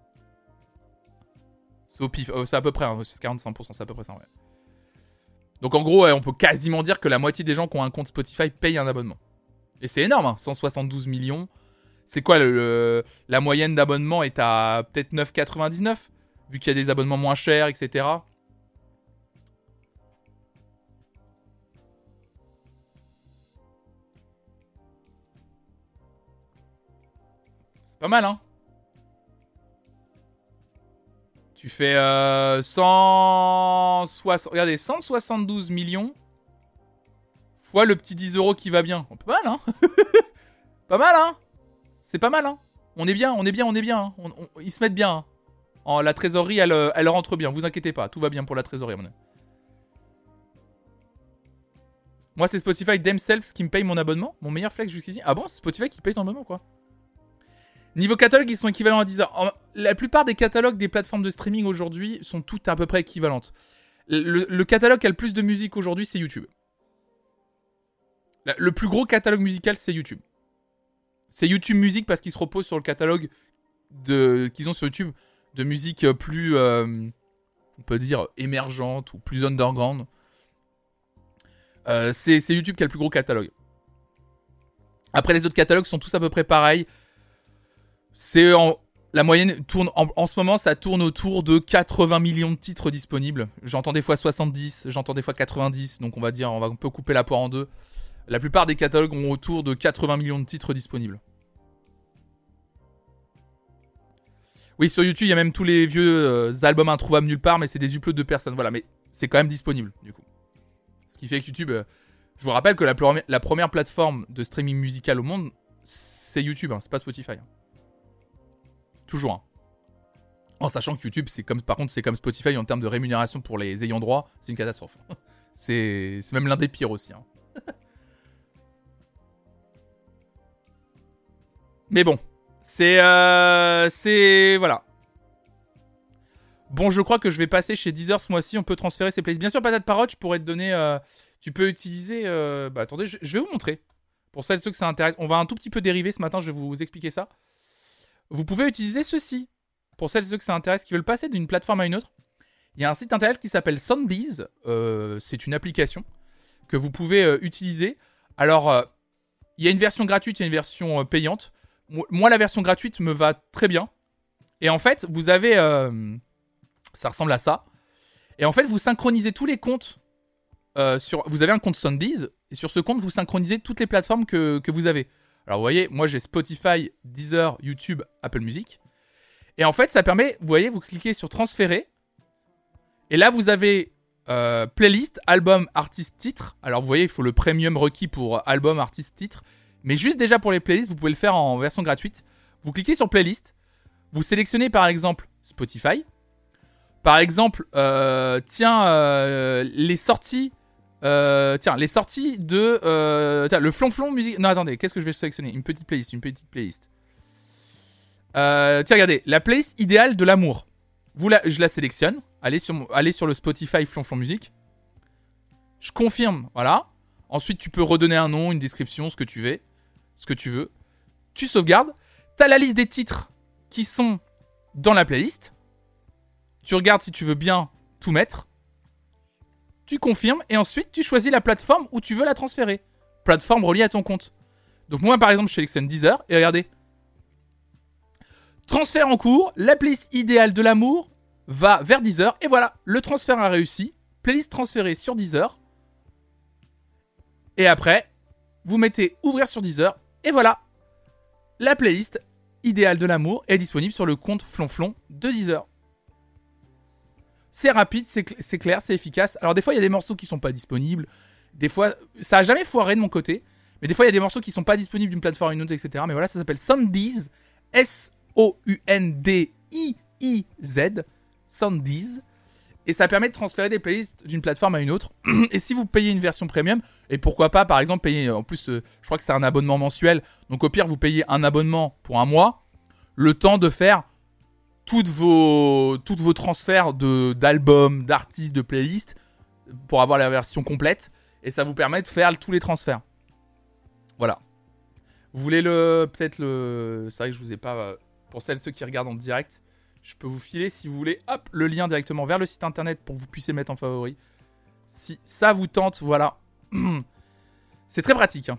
C'est au pif. Euh, c'est à peu près, hein, c'est quarante-cinq pour cent, c'est à peu près ça, ouais. Donc en gros, ouais, on peut quasiment dire que la moitié des gens qui ont un compte Spotify payent un abonnement. Et c'est énorme, hein, cent soixante-douze millions. C'est quoi, le, le, la moyenne d'abonnement est à peut-être neuf virgule quatre-vingt-dix-neuf, vu qu'il y a des abonnements moins chers, et cetera. C'est pas mal, hein. Tu fais euh, cent soixante... Regardez, cent soixante-douze millions fois le petit dix euros qui va bien. Oh, pas mal, hein. Pas mal, hein. C'est pas mal, hein. On est bien, on est bien, on est bien. Hein. On, on, ils se mettent bien. Hein. En, la trésorerie, elle, elle rentre bien. Vous inquiétez pas, tout va bien pour la trésorerie, à mon avis. Moi, c'est Spotify themselves qui me paye mon abonnement. Mon meilleur flex jusqu'ici. Ah bon, c'est Spotify qui paye ton abonnement, quoi. Niveau catalogue, ils sont équivalents à Deezer. La plupart des catalogues des plateformes de streaming aujourd'hui sont toutes à peu près équivalentes. Le, le catalogue qui a le plus de musique aujourd'hui, c'est YouTube. Le plus gros catalogue musical, c'est YouTube. C'est YouTube Music parce qu'il se repose sur le catalogue de, qu'ils ont sur YouTube de musique plus, euh, on peut dire, émergente ou plus underground. Euh, c'est, c'est YouTube qui a le plus gros catalogue. Après, les autres catalogues sont tous à peu près pareils. C'est en, la moyenne tourne en, en ce moment, ça tourne autour de quatre-vingts millions de titres disponibles. J'entends des fois soixante-dix, j'entends des fois quatre-vingt-dix, donc on va dire, on va un peu couper la poire en deux. La plupart des catalogues ont autour de quatre-vingts millions de titres disponibles. Oui, sur YouTube, il y a même tous les vieux euh, albums introuvables nulle part, mais c'est des uploads de personnes. Voilà, mais c'est quand même disponible, du coup. Ce qui fait que YouTube... Euh, je vous rappelle que la, pl- la première plateforme de streaming musical au monde, c'est YouTube, hein, c'est pas Spotify. Hein. Toujours. Hein. En sachant que YouTube, c'est comme, par contre, c'est comme Spotify en termes de rémunération pour les ayants droit, c'est une catastrophe. c'est, c'est même l'un des pires aussi. Hein. Mais bon, c'est, euh, c'est, voilà. Bon, je crois que je vais passer chez Deezer ce mois-ci. On peut transférer ses playlists. Bien sûr, Patate Parotte, je pourrais te donner... Euh, tu peux utiliser... Euh, bah, attendez, je, je vais vous montrer. Pour celles et ceux que ça intéresse. On va un tout petit peu dériver ce matin, je vais vous expliquer ça. Vous pouvez utiliser ceci. Pour celles et ceux que ça intéresse, qui veulent passer d'une plateforme à une autre. Il y a un site internet qui s'appelle Soundbees. Euh, c'est une application que vous pouvez euh, utiliser. Alors, euh, il y a une version gratuite, il y a une version euh, payante. Moi, la version gratuite me va très bien. Et en fait, vous avez... Euh, ça ressemble à ça. Et en fait, vous synchronisez tous les comptes. Euh, sur, vous avez un compte Soundbees. Et sur ce compte, vous synchronisez toutes les plateformes que, que vous avez. Alors, vous voyez, moi, j'ai Spotify, Deezer, YouTube, Apple Music. Et en fait, ça permet... Vous voyez, vous cliquez sur transférer. Et là, vous avez euh, playlist, album, artiste, titre. Alors, vous voyez, il faut le premium requis pour album, artiste, titre. Mais juste déjà pour les playlists, vous pouvez le faire en version gratuite. Vous cliquez sur playlist. Vous sélectionnez par exemple Spotify. Par exemple, euh, tiens, euh, les sorties... Euh, tiens, les sorties de... Euh, tiens, le flonflon musique... Non, attendez, qu'est-ce que je vais sélectionner ? Une petite playlist, une petite playlist. Euh, tiens, regardez, la playlist idéale de l'amour. Vous la, je la sélectionne. Allez sur, allez sur le Spotify flonflon musique. Je confirme, voilà. Ensuite, tu peux redonner un nom, une description, ce que tu veux. Ce que tu veux. tu sauvegardes, t'as la liste des titres qui sont dans la playlist, tu regardes si tu veux bien tout mettre, tu confirmes et ensuite tu choisis la plateforme où tu veux la transférer. Plateforme reliée à ton compte. Donc moi par exemple je sélectionne Deezer et regardez. Transfert en cours, la playlist idéale de l'amour va vers Deezer et voilà, le transfert a réussi. Playlist transférée sur Deezer. Et après, vous mettez ouvrir sur Deezer et voilà, la playlist idéale de l'amour est disponible sur le compte Flonflon de Deezer. C'est rapide, c'est, cl- c'est clair, c'est efficace. Alors des fois, il y a des morceaux qui sont pas disponibles. Des fois, ça a jamais foiré de mon côté. Mais des fois, il y a des morceaux qui sont pas disponibles d'une plateforme à une autre, et cetera. Mais voilà, ça s'appelle Soundees. S O U N D I I Z. Soundees. Et ça permet de transférer des playlists d'une plateforme à une autre. Et si vous payez une version premium, et pourquoi pas, par exemple, payer... En plus, euh, je crois que c'est un abonnement mensuel. Donc au pire, vous payez un abonnement pour un mois. Le temps de faire... Toutes vos, toutes vos transferts de, d'albums, d'artistes, de playlists pour avoir la version complète. Et ça vous permet de faire tous les transferts. Voilà. Vous voulez le... Peut-être le... C'est vrai que je vous ai pas... Pour celles ceux qui regardent en direct, je peux vous filer si vous voulez. Hop, le lien directement vers le site internet pour que vous puissiez mettre en favori. Si ça vous tente, voilà. C'est très pratique, hein.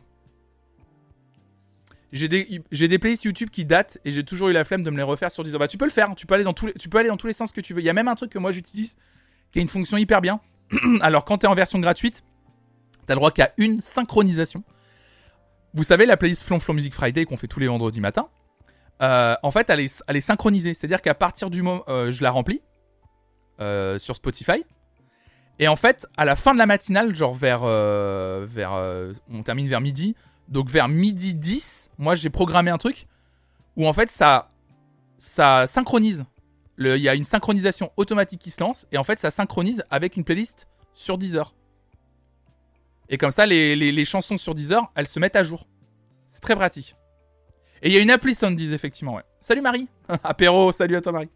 J'ai des, j'ai des playlists YouTube qui datent et j'ai toujours eu la flemme de me les refaire sur Deezer. Bah tu peux le faire, tu peux aller dans tous les, tu peux aller dans tous les sens que tu veux. Il y a même un truc que moi j'utilise qui a une fonction hyper bien. Alors quand t'es en version gratuite, t'as le droit qu'à une synchronisation. Vous savez la playlist Flonflon Music Friday qu'on fait tous les vendredis matins. Euh, en fait elle est, elle est synchronisée, c'est-à-dire qu'à partir du moment euh, je la remplis euh, sur Spotify. Et en fait à la fin de la matinale, genre vers, euh, vers euh, on termine vers midi. Donc vers midi dix, moi j'ai programmé un truc où en fait ça, ça synchronise. Il y a une synchronisation automatique qui se lance et en fait ça synchronise avec une playlist sur Deezer. Et comme ça les, les, les chansons sur Deezer, elles se mettent à jour. C'est très pratique. Et il y a une appli Soundees effectivement, ouais. Salut Marie. Apéro, salut à toi Marie.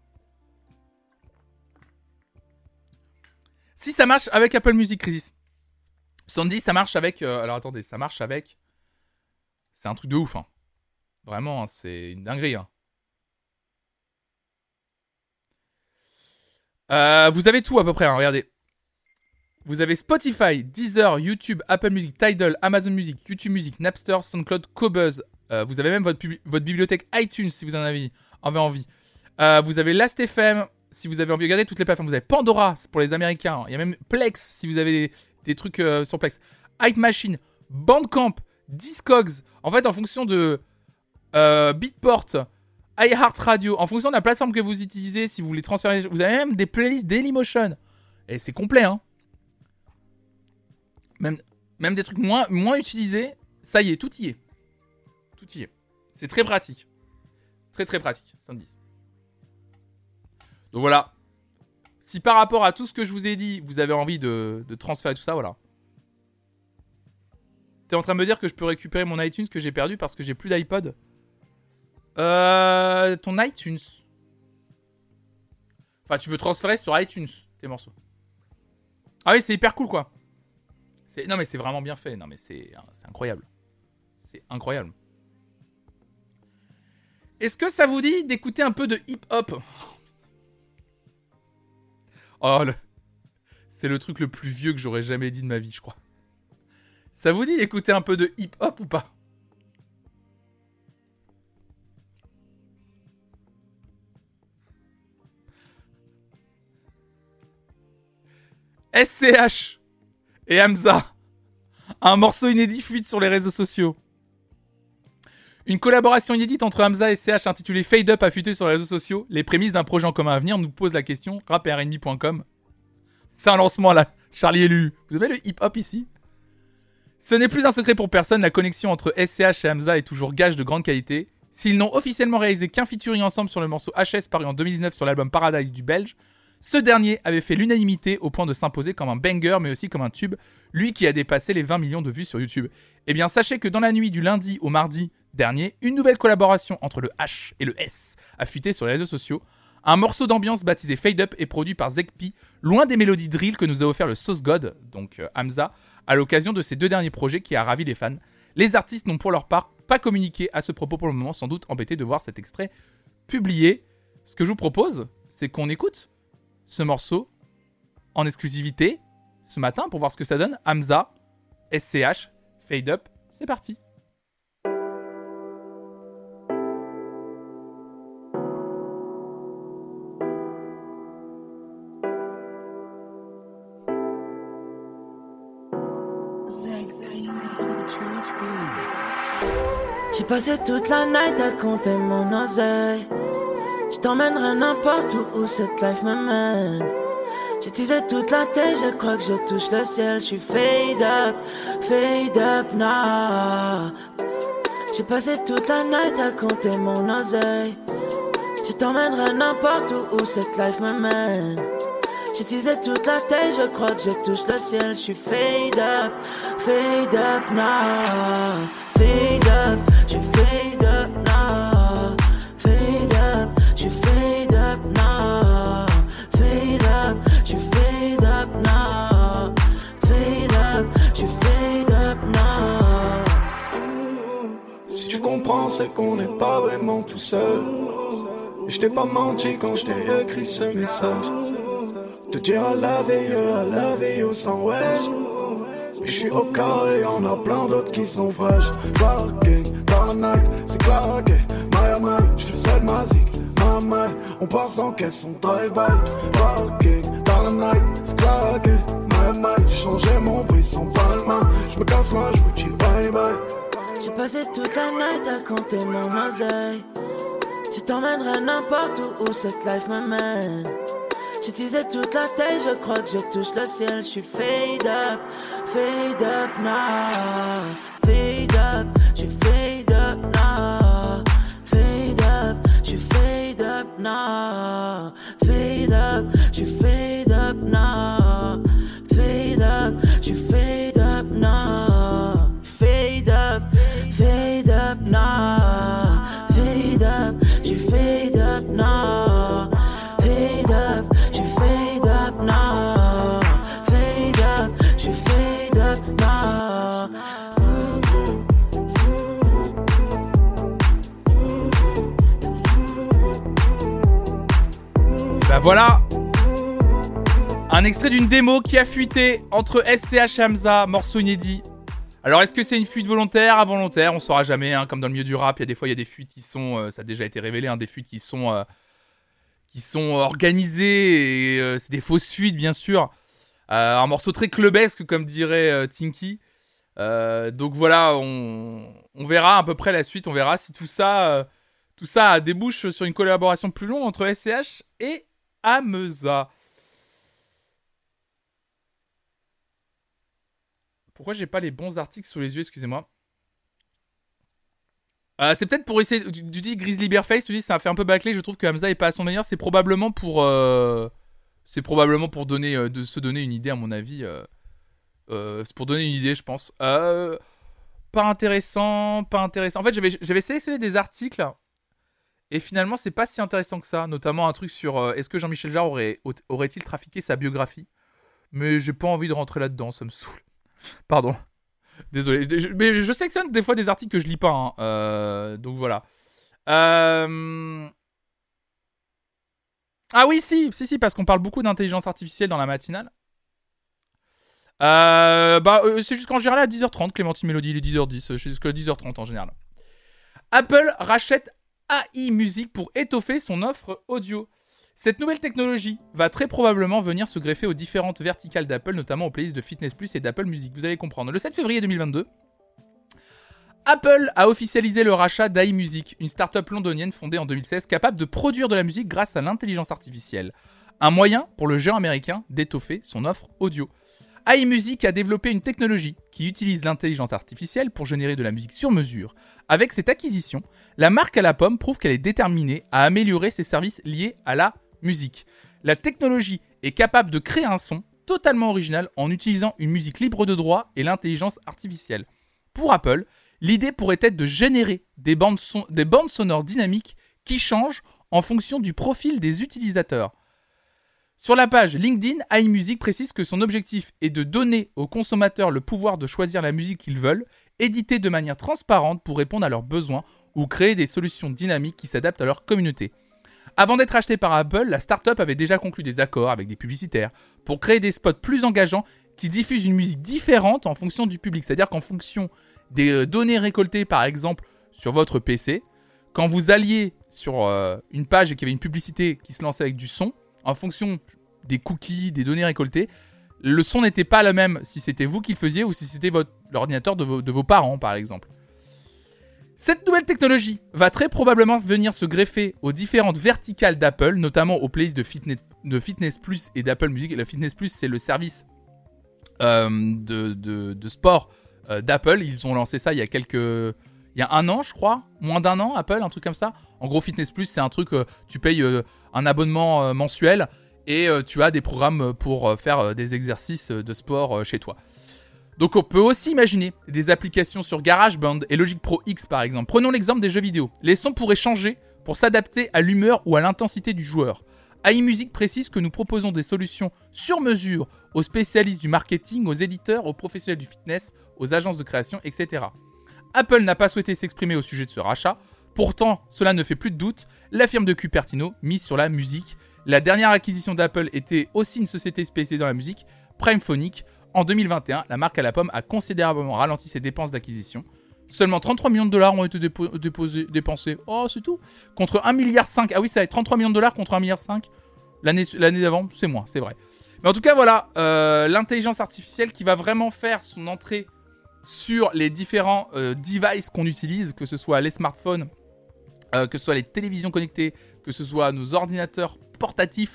Si ça marche avec Apple Music, Crisis. Soundees ça marche avec... Euh, alors attendez, ça marche avec... C'est un truc de ouf, hein. Vraiment, c'est une dinguerie, hein. Euh, vous avez tout à peu près, hein, regardez. Vous avez Spotify, Deezer, YouTube, Apple Music, Tidal, Amazon Music, YouTube Music, Napster, SoundCloud, Qobuz. Euh, vous avez même votre, pub- votre bibliothèque iTunes si vous en avez, en avez envie. Euh, vous avez Last F M si vous avez envie de regarder toutes les plateformes. Vous avez Pandora pour les Américains. Il y a même Plex si vous avez des, des trucs euh, sur Plex. Hype Machine, Bandcamp, Discogs. En fait, en fonction de euh, Beatport, iHeartRadio, en fonction de la plateforme que vous utilisez, si vous voulez transférer, vous avez même des playlists Dailymotion. Et c'est complet, hein. Même, même des trucs moins, moins utilisés, ça y est, tout y est. Tout y est. C'est très pratique. Très très pratique, Soundees. Donc voilà. Si par rapport à tout ce que je vous ai dit, vous avez envie de, de transférer tout ça, voilà. T'es en train de me dire que je peux récupérer mon iTunes que j'ai perdu parce que j'ai plus d'iPod ? Euh... Ton iTunes. Enfin, tu peux transférer sur iTunes tes morceaux. Ah oui, c'est hyper cool, quoi. C'est... Non, mais c'est vraiment bien fait. Non, mais c'est, c'est incroyable. C'est incroyable. Est-ce que ça vous dit d'écouter un peu de hip-hop ? Oh, le... c'est le truc le plus vieux que j'aurais jamais dit de ma vie, je crois. Ça vous dit d'écouter un peu de hip-hop ou pas ? S C H et Hamza. Un morceau inédit fuite sur les réseaux sociaux. Une collaboration inédite entre Hamza et S C H intitulée Fade Up a fuité sur les réseaux sociaux. Les prémices d'un projet en commun à venir nous posent la question. rap et R and B point com. C'est un lancement là. Charlie et Lulu. Vous avez le hip-hop ici ? Ce n'est plus un secret pour personne, la connexion entre S C H et Hamza est toujours gage de grande qualité. S'ils n'ont officiellement réalisé qu'un featuring ensemble sur le morceau H S paru en deux mille dix-neuf sur l'album Paradise du Belge, ce dernier avait fait l'unanimité au point de s'imposer comme un banger mais aussi comme un tube, lui qui a dépassé les vingt millions de vues sur YouTube. Eh bien sachez que dans la nuit du lundi au mardi dernier, une nouvelle collaboration entre le H et le S a fuité sur les réseaux sociaux. Un morceau d'ambiance baptisé Fade Up est produit par Zekpi, loin des mélodies drill que nous a offert le Sauce God, donc euh, Hamza, à l'occasion de ces deux derniers projets qui a ravi les fans. Les artistes n'ont pour leur part pas communiqué à ce propos pour le moment, sans doute embêté de voir cet extrait publié. Ce que je vous propose, c'est qu'on écoute ce morceau en exclusivité ce matin pour voir ce que ça donne. Hamza, S C H, Fade Up, c'est parti. J'ai passé toute la night à compter mon oseille. Je t'emmènerai n'importe où où cette life me mène. J'ai teasé toute la tête, je crois que je touche le ciel. Je suis fade up, fade up now. J'ai passé toute la night à compter mon oseille. Je t'emmènerai n'importe où où cette life me mène. J'ai teasé toute la tête, je crois que je touche le ciel. Je suis fade up, fade up now. Fade up, je fade up now. Fade up, je fade up now. Fade up, je fade up now. Fade up, je fade up now. Si tu comprends, c'est qu'on n'est pas vraiment tout seul. Et je t'ai pas menti quand je t'ai écrit ce message. Te dire à la veille, à la veille au sang, ouais. Mais je suis au carré, y'en a plein d'autres qui sont fraîches. Parking, Tarnac, c'est claqué. My, my, je fais seul ma zik. My, my, on passe en caisse, on drive-by. Parking, Tarnac, c'est claqué. My, my, j'ai changé mon prix sans palma. Je me casse moi, je vous dis bye bye. J'ai passé toute la night à compter mon oseille. Je t'emmènerai n'importe où où cette life me mène. J'ai teasé toute la tête, je crois que je touche le ciel. Je suis fade up, fade up now. Fade up, je fade up now. Fade up, je fade up now. Fade up, je fade up now. Fade up, je fade up now. Fade up, fade up now. Fade up, je fade up now. Fade up, je fade up now. Fade up, je fade up now. Bah voilà, un extrait d'une démo qui a fuité entre S C H et Hamza, morceau inédit. Alors est-ce que c'est une fuite volontaire, involontaire? On saura jamais, hein, comme dans le milieu du rap, il y a des fois il y a des fuites qui sont, euh, ça a déjà été révélé, hein, des fuites qui sont, euh, qui sont organisées, et euh, c'est des fausses fuites bien sûr. Euh, un morceau très clubesque comme dirait euh, Tinky. Euh, donc voilà, on, on verra à peu près la suite, on verra si tout ça, euh, tout ça débouche sur une collaboration plus longue entre S C H et Hamza. Pourquoi j'ai pas les bons articles sous les yeux, excusez-moi. Euh, c'est peut-être pour essayer... Tu, tu dis Grizzly Bearface, tu dis ça a fait un peu bâclé, je trouve que Hamza est pas à son meilleur. C'est probablement pour... Euh, c'est probablement pour donner, euh, de se donner une idée, à mon avis. Euh, euh, c'est pour donner une idée, je pense. Euh, pas intéressant, pas intéressant. En fait, j'avais, j'avais sélectionné des articles... Et finalement, c'est pas si intéressant que ça. Notamment un truc sur euh, est-ce que Jean-Michel Jarre aurait, aurait-il trafiqué sa biographie. Mais j'ai pas envie de rentrer là-dedans, ça me saoule. Pardon. Désolé. Je, mais je sélectionne des fois des articles que je lis pas. Hein. Euh, donc voilà. Euh... Ah oui, si, si, si, parce qu'on parle beaucoup d'intelligence artificielle dans la matinale. Euh, bah, euh, c'est jusqu'en général à dix heures trente, Clémentine Mélodie, il est dix heures dix, c'est jusqu'à dix heures trente en général. Apple rachète A I Music pour étoffer son offre audio. Cette nouvelle technologie va très probablement venir se greffer aux différentes verticales d'Apple, notamment aux playlists de Fitness Plus et d'Apple Music. Vous allez comprendre. Le sept février deux mille vingt-deux, Apple a officialisé le rachat d'A I Music, une start-up londonienne fondée en deux mille seize, capable de produire de la musique grâce à l'intelligence artificielle. Un moyen pour le géant américain d'étoffer son offre audio. A I Music a développé une technologie qui utilise l'intelligence artificielle pour générer de la musique sur mesure. Avec cette acquisition, la marque à la pomme prouve qu'elle est déterminée à améliorer ses services liés à la musique. La technologie est capable de créer un son totalement original en utilisant une musique libre de droit et l'intelligence artificielle. Pour Apple, l'idée pourrait être de générer des bandes, son- des bandes sonores dynamiques qui changent en fonction du profil des utilisateurs. Sur la page LinkedIn, A I Music précise que son objectif est de donner aux consommateurs le pouvoir de choisir la musique qu'ils veulent éditées de manière transparente pour répondre à leurs besoins ou créer des solutions dynamiques qui s'adaptent à leur communauté. Avant d'être achetée par Apple, la startup avait déjà conclu des accords avec des publicitaires pour créer des spots plus engageants qui diffusent une musique différente en fonction du public. C'est-à-dire qu'en fonction des euh, données récoltées, par exemple, sur votre P C, quand vous alliez sur euh, une page et qu'il y avait une publicité qui se lançait avec du son, en fonction des cookies, des données récoltées, le son n'était pas le même si c'était vous qui le faisiez ou si c'était votre, l'ordinateur de vos, de vos parents, par exemple. Cette nouvelle technologie va très probablement venir se greffer aux différentes verticales d'Apple, notamment aux playlists de Fitness, de Fitness Plus et d'Apple Music. Et le Fitness Plus, c'est le service euh, de, de, de sport euh, d'Apple. Ils ont lancé ça il y a quelques... Il y a un an, je crois. Moins d'un an, Apple, un truc comme ça. En gros, Fitness Plus, c'est un truc... Euh, tu payes euh, un abonnement euh, mensuel et euh, tu as des programmes pour euh, faire euh, des exercices de sport euh, chez toi. Donc on peut aussi imaginer des applications sur GarageBand et Logic Pro X par exemple. Prenons l'exemple des jeux vidéo. Les sons pourraient changer pour s'adapter à l'humeur ou à l'intensité du joueur. iMusic précise que nous proposons des solutions sur mesure aux spécialistes du marketing, aux éditeurs, aux professionnels du fitness, aux agences de création, et cetera. Apple n'a pas souhaité s'exprimer au sujet de ce rachat. Pourtant, cela ne fait plus de doute. La firme de Cupertino mise sur la musique. La dernière acquisition d'Apple était aussi une société spécialisée dans la musique, Primephonic. En deux mille vingt et un, la marque à la pomme a considérablement ralenti ses dépenses d'acquisition. Seulement trente-trois millions de dollars ont été dépo- déposés, dépensés. Oh, c'est tout. Contre un virgule cinq milliard. Ah oui, ça va être trente-trois millions de dollars contre un virgule cinq milliard. L'année, l'année d'avant, c'est moins, c'est vrai. Mais en tout cas, voilà. Euh, l'intelligence artificielle qui va vraiment faire son entrée sur les différents euh, devices qu'on utilise, que ce soit les smartphones, euh, que ce soit les télévisions connectées, que ce soit nos ordinateurs portatifs.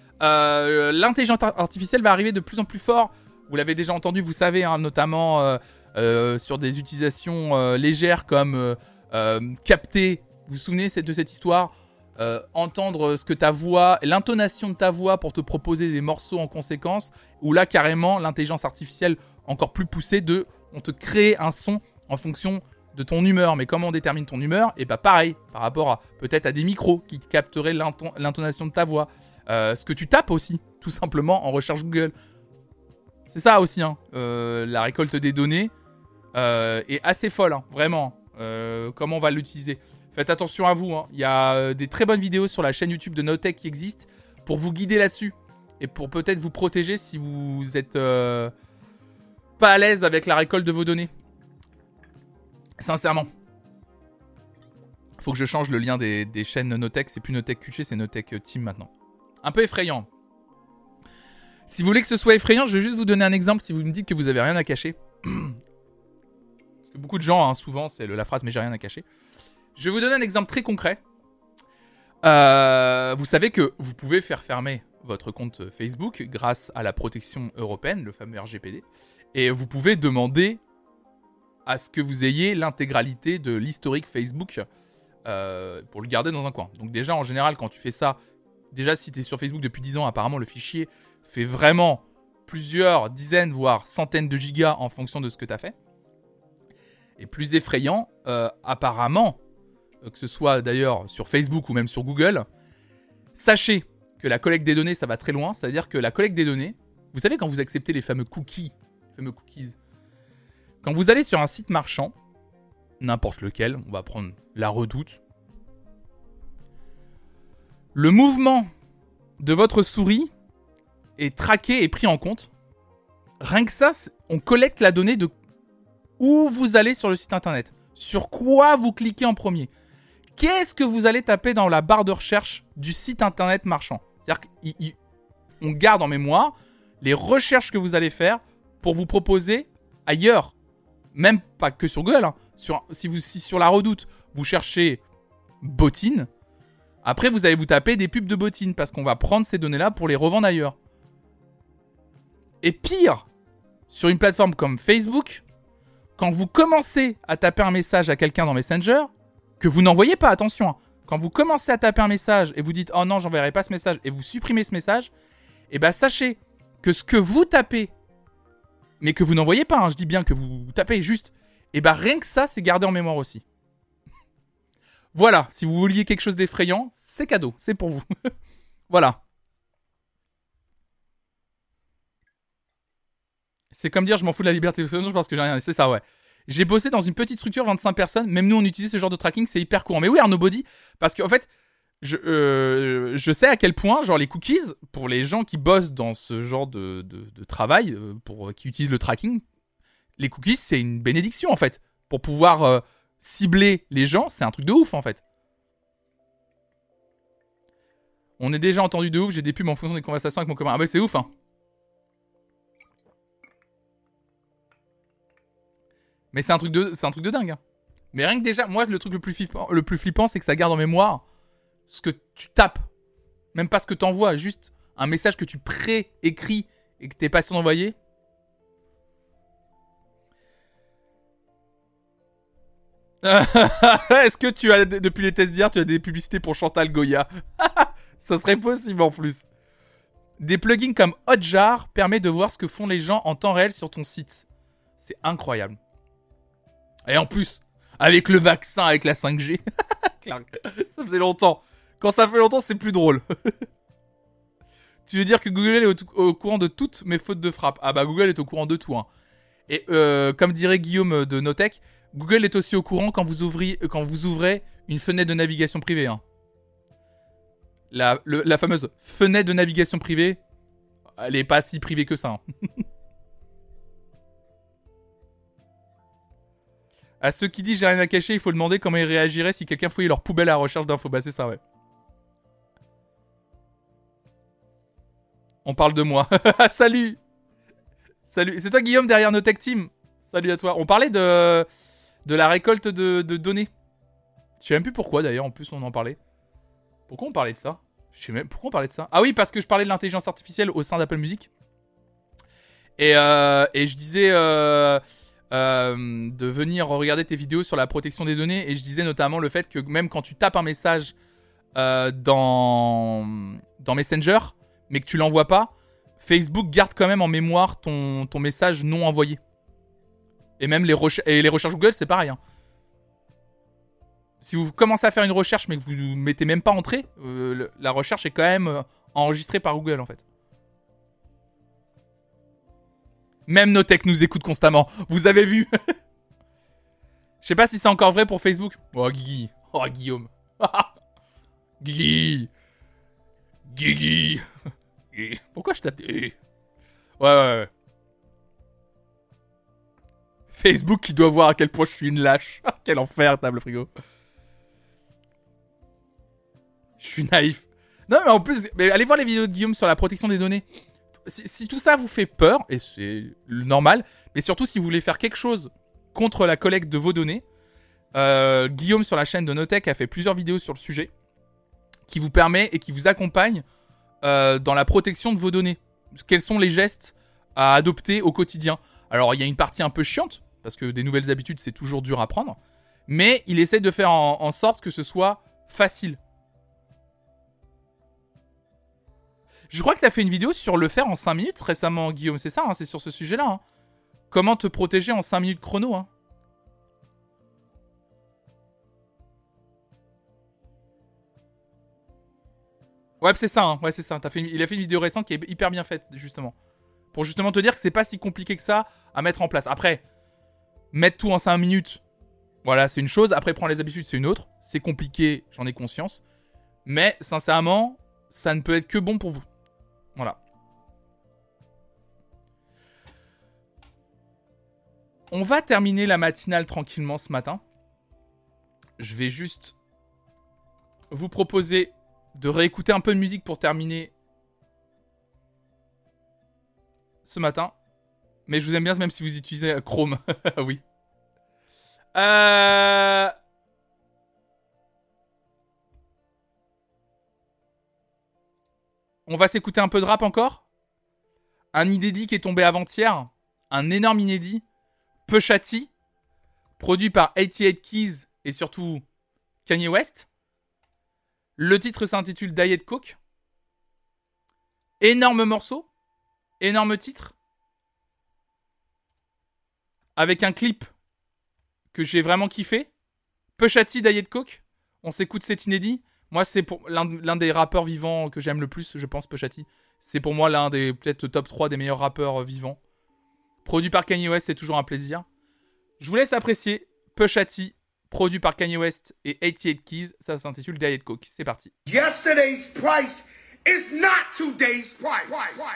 Euh, l'intelligence artificielle va arriver de plus en plus fort. Vous l'avez déjà entendu, vous savez, hein, notamment euh, euh, sur des utilisations euh, légères comme euh, euh, capter, vous vous souvenez de cette histoire, euh, entendre ce que ta voix, l'intonation de ta voix pour te proposer des morceaux en conséquence, ou là carrément l'intelligence artificielle encore plus poussée de, on te crée un son en fonction de ton humeur. Mais comment on détermine ton humeur? Et bah pareil, par rapport à peut-être à des micros qui capteraient l'inton- l'intonation de ta voix, euh, ce que tu tapes aussi, tout simplement en recherche Google. C'est ça aussi, hein. euh, la récolte des données euh, est assez folle, hein, vraiment. Euh, comment on va l'utiliser? Faites attention à vous, hein. Il y a euh, des très bonnes vidéos sur la chaîne YouTube de Notech qui existent pour vous guider là-dessus et pour peut-être vous protéger si vous êtes euh, pas à l'aise avec la récolte de vos données. Sincèrement. Faut que je change le lien des, des chaînes Notech. C'est plus Notech Q G, c'est Notech Team maintenant. Un peu effrayant. Si vous voulez que ce soit effrayant, je vais juste vous donner un exemple si vous me dites que vous avez rien à cacher. Parce que beaucoup de gens, hein, souvent, c'est le, la phrase « mais j'ai rien à cacher ». Je vais vous donner un exemple très concret. Euh, vous savez que vous pouvez faire fermer votre compte Facebook grâce à la protection européenne, le fameux R G P D. Et vous pouvez demander à ce que vous ayez l'intégralité de l'historique Facebook euh, pour le garder dans un coin. Donc déjà, en général, quand tu fais ça, déjà si tu es sur Facebook depuis dix ans, apparemment le fichier fait vraiment plusieurs dizaines, voire centaines de gigas en fonction de ce que tu as fait. Et plus effrayant, euh, apparemment, euh, que ce soit d'ailleurs sur Facebook ou même sur Google, sachez que la collecte des données, ça va très loin. C'est-à-dire que la collecte des données, vous savez quand vous acceptez les fameux cookies, les fameux cookies, quand vous allez sur un site marchand, n'importe lequel, on va prendre la Redoute, le mouvement de votre souris est traqué et pris en compte. Rien que ça, on collecte la donnée de où vous allez sur le site internet. Sur quoi vous cliquez en premier. Qu'est-ce que vous allez taper dans la barre de recherche du site internet marchand. C'est-à-dire qu'on garde en mémoire les recherches que vous allez faire pour vous proposer ailleurs. Même pas que sur Google. Hein. Sur, si, vous, si sur la Redoute, vous cherchez bottines, après vous allez vous taper des pubs de bottines parce qu'on va prendre ces données-là pour les revendre ailleurs. Et pire, sur une plateforme comme Facebook, quand vous commencez à taper un message à quelqu'un dans Messenger, que vous n'envoyez pas, attention, hein, quand vous commencez à taper un message et vous dites « Oh non, j'enverrai pas ce message » et vous supprimez ce message, et bien sachez que ce que vous tapez, mais que vous n'envoyez pas, hein, je dis bien que vous tapez juste, et bien rien que ça, c'est gardé en mémoire aussi. Voilà, si vous vouliez quelque chose d'effrayant, c'est cadeau, c'est pour vous. Voilà. C'est comme dire je m'en fous de la liberté d'expression parce que j'ai rien. C'est ça, ouais. J'ai bossé dans une petite structure, vingt-cinq personnes. Même nous, on utilise ce genre de tracking, c'est hyper courant. Mais oui, Arnaud Body, parce qu'en fait, je, euh, je sais à quel point, genre, les cookies, pour les gens qui bossent dans ce genre de, de, de travail, euh, pour, qui utilisent le tracking, les cookies, c'est une bénédiction, en fait. Pour pouvoir euh, cibler les gens, c'est un truc de ouf, en fait. On est déjà entendu de ouf, j'ai des pubs en fonction des conversations avec mon copain. Ah bah c'est ouf, hein. Mais c'est un truc de, c'est un truc de dingue. Hein. Mais rien que déjà, moi, le truc le plus flippant, le plus flippant, c'est que ça garde en mémoire ce que tu tapes. Même pas ce que t'envoies, juste un message que tu pré-écris et que t'es pas sûr d'envoyer. Est-ce que tu as, depuis les tests d'hier, tu as des publicités pour Chantal Goya? Ça serait possible en plus. Des plugins comme Hotjar permet de voir ce que font les gens en temps réel sur ton site. C'est incroyable. Et en plus, avec le vaccin, avec la cinq G. Ça faisait longtemps. Quand ça fait longtemps, c'est plus drôle. Tu veux dire que Google est au, au courant de toutes mes fautes de frappe? Ah bah Google est au courant de tout. Hein. Et euh, comme dirait Guillaume de Notech, Google est aussi au courant quand vous, ouvri, quand vous ouvrez une fenêtre de navigation privée. Hein. La, le, la fameuse fenêtre de navigation privée, elle est pas si privée que ça. Hein. À ceux qui disent j'ai rien à cacher, il faut demander comment ils réagiraient si quelqu'un fouillait leur poubelle à la recherche d'infos. Bah c'est ça, ouais. On parle de moi. Salut. Salut. C'est toi Guillaume derrière nos tech team. Salut à toi. On parlait de, de la récolte de, de données. Je sais même plus pourquoi d'ailleurs, en plus on en parlait. Pourquoi on parlait de ça? Je sais même pourquoi on parlait de ça. Ah oui, parce que je parlais de l'intelligence artificielle au sein d'Apple Music. Et, euh, et je disais... Euh, Euh, de venir regarder tes vidéos sur la protection des données, et je disais notamment le fait que même quand tu tapes un message euh, dans, dans Messenger mais que tu l'envoies pas, Facebook garde quand même en mémoire ton, ton message non envoyé. Et même les, recher- et les recherches Google, c'est pareil. Hein. Si vous commencez à faire une recherche mais que vous ne mettez même pas entrée, euh, le, la recherche est quand même euh, enregistrée par Google en fait. Même Notech nous écoute constamment. Vous avez vu? Je sais pas si c'est encore vrai pour Facebook. Oh, Guigui. Oh, Guillaume. Guigui. Guigui. Pourquoi je tape... Ouais, ouais, ouais. Facebook qui doit voir à quel point je suis une lâche. Quel enfer, table frigo. Je suis naïf. Non, mais en plus... Mais allez voir les vidéos de Guillaume sur la protection des données. Si, si tout ça vous fait peur, et c'est normal, mais surtout si vous voulez faire quelque chose contre la collecte de vos données, euh, Guillaume sur la chaîne de Notech a fait plusieurs vidéos sur le sujet qui vous permet et qui vous accompagne euh, dans la protection de vos données. Quels sont les gestes à adopter au quotidien? Alors il y a une partie un peu chiante, parce que des nouvelles habitudes c'est toujours dur à prendre, mais il essaie de faire en, en sorte que ce soit facile. Je crois que tu as fait une vidéo sur le faire en cinq minutes récemment, Guillaume. C'est ça, hein, c'est sur ce sujet-là. Hein. Comment te protéger en cinq minutes chrono. Hein. Ouais, c'est ça. Hein. Ouais, c'est ça. T'as fait une... Il a fait une vidéo récente qui est hyper bien faite, justement. Pour justement te dire que c'est pas si compliqué que ça à mettre en place. Après, mettre tout en cinq minutes, voilà, c'est une chose. Après, prendre les habitudes, c'est une autre. C'est compliqué, j'en ai conscience. Mais, sincèrement, ça ne peut être que bon pour vous. Voilà. On va terminer la matinale tranquillement ce matin. Je vais juste vous proposer de réécouter un peu de musique pour terminer ce matin. Mais je vous aime bien même si vous utilisez Chrome. Oui. Euh... On va s'écouter un peu de rap encore. Un inédit qui est tombé avant-hier. Un énorme inédit. Pusha T. Produit par quatre-vingt-dix-huit Keys et surtout Kanye West. Le titre s'intitule Diet Coke. Énorme morceau. Énorme titre. Avec un clip que j'ai vraiment kiffé. Pusha T, Diet Coke. On s'écoute cet inédit. Moi, c'est pour l'un, l'un des rappeurs vivants que j'aime le plus, je pense, Pusha T. C'est pour moi l'un des, peut-être, top trois des meilleurs rappeurs vivants. Produit par Kanye West, c'est toujours un plaisir. Je vous laisse apprécier Pusha T, produit par Kanye West et quatre-vingt-dix-huit Keys. Ça s'intitule Diet Coke. C'est parti. Yesterday's price is not today's price.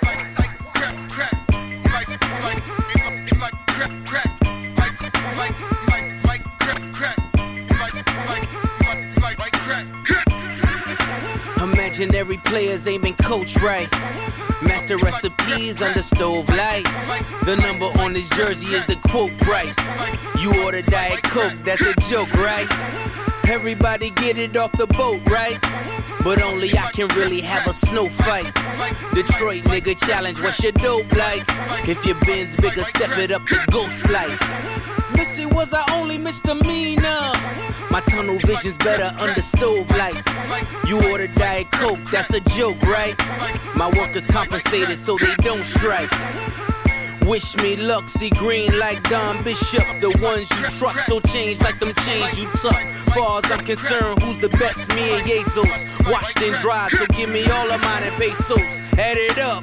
Imaginary players aiming coach right. Master recipes under stove lights. The number on his jersey is the quote price. You order Diet Coke, that's a joke, right? Everybody get it off the boat, right? But only I can really have a snow fight. Detroit nigga challenge, what's your dope like? If your bin's bigger, step it up to ghost life. Missy was our only misdemeanor. My tunnel vision's better under stove lights. You order Diet Coke, that's a joke, right? My workers compensated so they don't strike. Wish me luck, see green like Don Bishop. The ones you trust don't change like them chains you tuck. Far as I'm concerned, who's the best? Me and Jesus. Washed and dried, so give me all of mine in pesos. Add it up.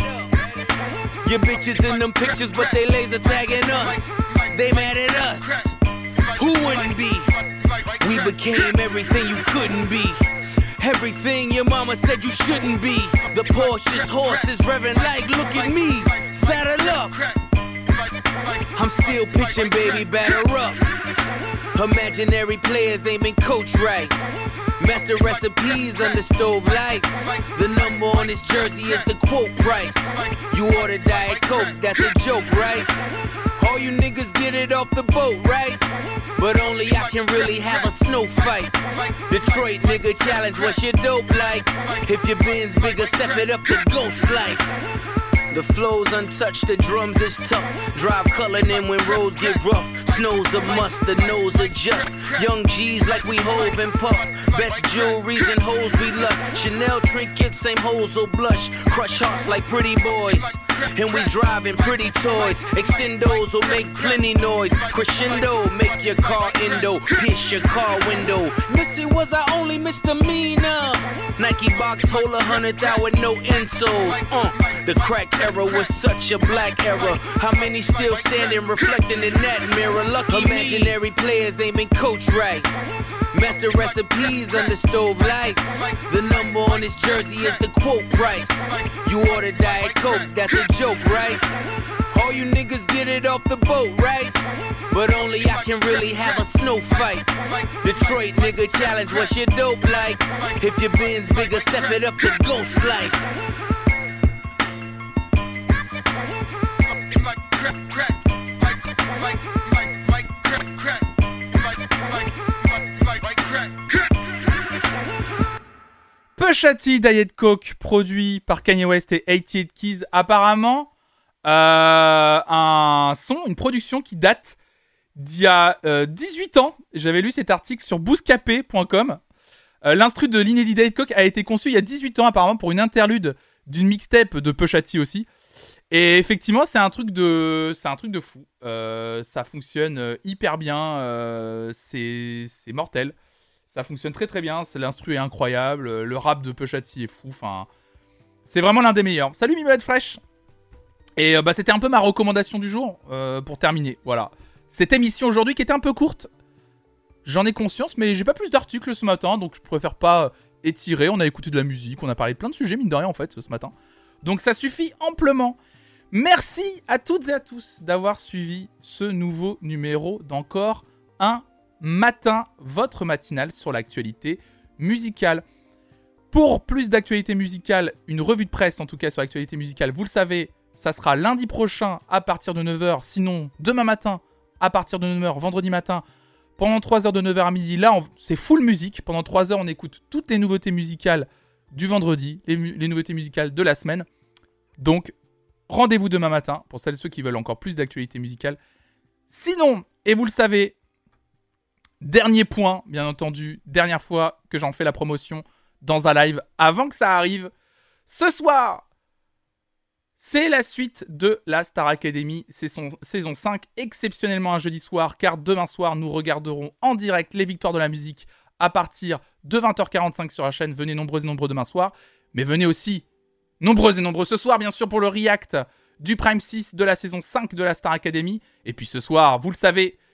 Your bitches in them pictures, but they laser tagging us. They mad at us. Who wouldn't be? We became everything you couldn't be. Everything your mama said you shouldn't be. The Porsche's horse is revving like, look at me. Saddle up. I'm still pitching, baby, batter up. Imaginary players aiming coach right. Master recipes under stove lights. The number on his jersey is the quote price. You order Diet Coke, that's a joke, right? All you niggas get it off the boat, right? But only I can really have a snow fight. Detroit nigga challenge, what's your dope like? If your bin's bigger, step it up to ghost life. The flow's untouched, the drums is tough. Drive culling in when roads get rough. Snow's a must, the nose adjust. Young G's like we Hove and Puff. Best jewelries and hoes we lust. Chanel trinkets, same hoes will blush. Crush hearts like pretty boys. And we driving pretty toys. Extendos will make plenty noise. Crescendo, make your car endo. Pierce your car window. Missy was our only misdemeanor. Nike box hold a hundred thou with no insoles. Uh, the crack era was such a black era. How many still standing reflecting in that mirror? Lucky imaginary me. Players aiming coach right. Master recipes under stove lights. The number on his jersey is the quote price. You order Diet Coke, that's a joke, right? All you niggas get it off the boat, right? But only I can really have a snow fight. Detroit nigga challenge, what's your dope like? If your bin's bigger, step it up to ghost life. Pusha T, Diet Coke, produit par Kanye West et quatre-vingt-dix-huit Keys. Apparemment, euh, un son, une production qui date d'il y a euh, dix-huit ans. J'avais lu cet article sur bouscapé point com. Euh, l'instru de l'inédit Diet Coke a été conçu il y a dix-huit ans, apparemment, pour une interlude d'une mixtape de Pusha T aussi. Et effectivement, c'est un truc de, c'est un truc de fou. Euh, ça fonctionne hyper bien. Euh, c'est, c'est mortel. Ça fonctionne très très bien, c'est, l'instru est incroyable, le rap de Pusha T est fou, enfin... C'est vraiment l'un des meilleurs. Salut Mimolette Fraîche. Et euh, bah, c'était un peu ma recommandation du jour, euh, pour terminer, voilà. Cette émission aujourd'hui qui était un peu courte, j'en ai conscience, mais j'ai pas plus d'articles ce matin, donc je préfère pas étirer. On a écouté de la musique, on a parlé de plein de sujets, mine de rien en fait, ce matin. Donc ça suffit amplement. Merci à toutes et à tous d'avoir suivi ce nouveau numéro d'Encore un Matin, votre matinale sur l'actualité musicale. Pour plus d'actualité musicale, une revue de presse en tout cas sur l'actualité musicale, vous le savez, ça sera lundi prochain à partir de neuf heures, sinon demain matin à partir de neuf heures, vendredi matin, pendant trois heures de neuf heures à midi. Là, on, c'est full musique. Pendant trois heures, on écoute toutes les nouveautés musicales du vendredi, les, mu- les nouveautés musicales de la semaine. Donc, rendez-vous demain matin pour celles et ceux qui veulent encore plus d'actualité musicale. Sinon, et vous le savez, dernier point, bien entendu, dernière fois que j'en fais la promotion dans un live avant que ça arrive. Ce soir, c'est la suite de la Star Academy, saison, saison cinq, exceptionnellement un jeudi soir, car demain soir, nous regarderons en direct les victoires de la musique à partir de vingt heures quarante-cinq sur la chaîne. Venez nombreux et nombreux demain soir, mais venez aussi nombreux et nombreux ce soir, bien sûr, pour le react du Prime six de la saison cinq de la Star Academy. Et puis ce soir, vous le savez,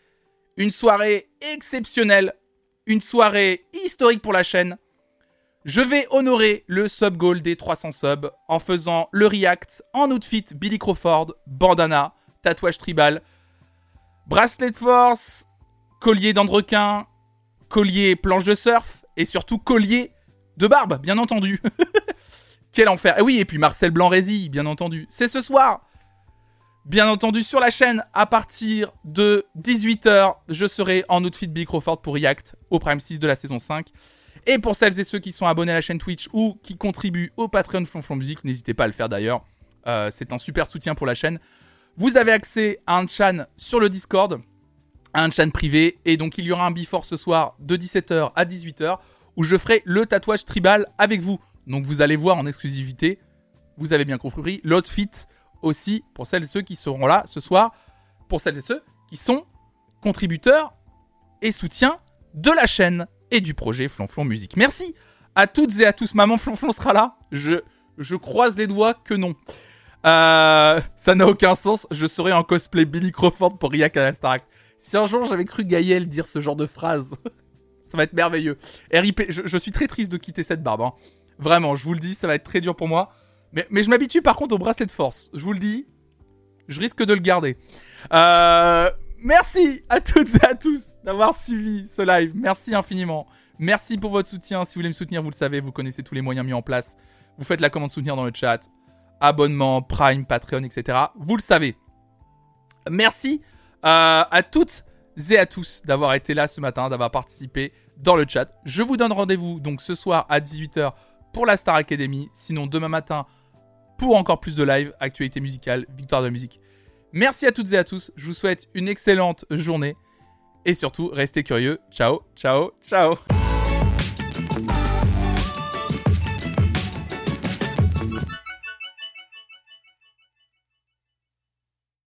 une soirée exceptionnelle, une soirée historique pour la chaîne. Je vais honorer le sub goal des trois cents subs en faisant le react en outfit Billy Crawford, bandana, tatouage tribal, bracelet de force, collier d'andrequin, collier planche de surf et surtout collier de barbe, bien entendu. Quel enfer. Et oui, et puis Marcel Blanc-Rézy, bien entendu. C'est ce soir. Bien entendu, sur la chaîne, à partir de dix-huit heures, je serai en outfit Billy Crawford pour react au Prime six de la saison cinq. Et pour celles et ceux qui sont abonnés à la chaîne Twitch ou qui contribuent au Patreon Flonflon Musique, n'hésitez pas à le faire d'ailleurs. Euh, c'est un super soutien pour la chaîne. Vous avez accès à un chan sur le Discord, à un chan privé. Et donc, il y aura un before ce soir de dix-sept heures à dix-huit heures où je ferai le tatouage tribal avec vous. Donc, vous allez voir en exclusivité, vous avez bien compris, l'outfit aussi pour celles et ceux qui seront là ce soir, pour celles et ceux qui sont contributeurs et soutiens de la chaîne et du projet Flonflon Musique. Merci à toutes et à tous. Maman Flonflon sera là. Je, je croise les doigts que non. Euh, ça n'a aucun sens. Je serai en cosplay Billy Crawford pour React à la Starac. Si un jour j'avais cru Gaël dire ce genre de phrase, ça va être merveilleux. R I P, je, je suis très triste de quitter cette barbe. Hein. Vraiment, je vous le dis, ça va être très dur pour moi. Mais, mais je m'habitue par contre au bracelet de force. Je vous le dis, je risque de le garder. Euh, merci à toutes et à tous d'avoir suivi ce live. Merci infiniment. Merci pour votre soutien. Si vous voulez me soutenir, vous le savez, vous connaissez tous les moyens mis en place. Vous faites la commande soutenir dans le chat. Abonnement, Prime, Patreon, et cetera. Vous le savez. Merci euh, à toutes et à tous d'avoir été là ce matin, d'avoir participé dans le chat. Je vous donne rendez-vous donc ce soir à dix-huit heures pour la Star Academy. Sinon, demain matin, pour encore plus de live, actualité musicale, victoire de la musique. Merci à toutes et à tous. Je vous souhaite une excellente journée. Et surtout, restez curieux. Ciao, ciao, ciao.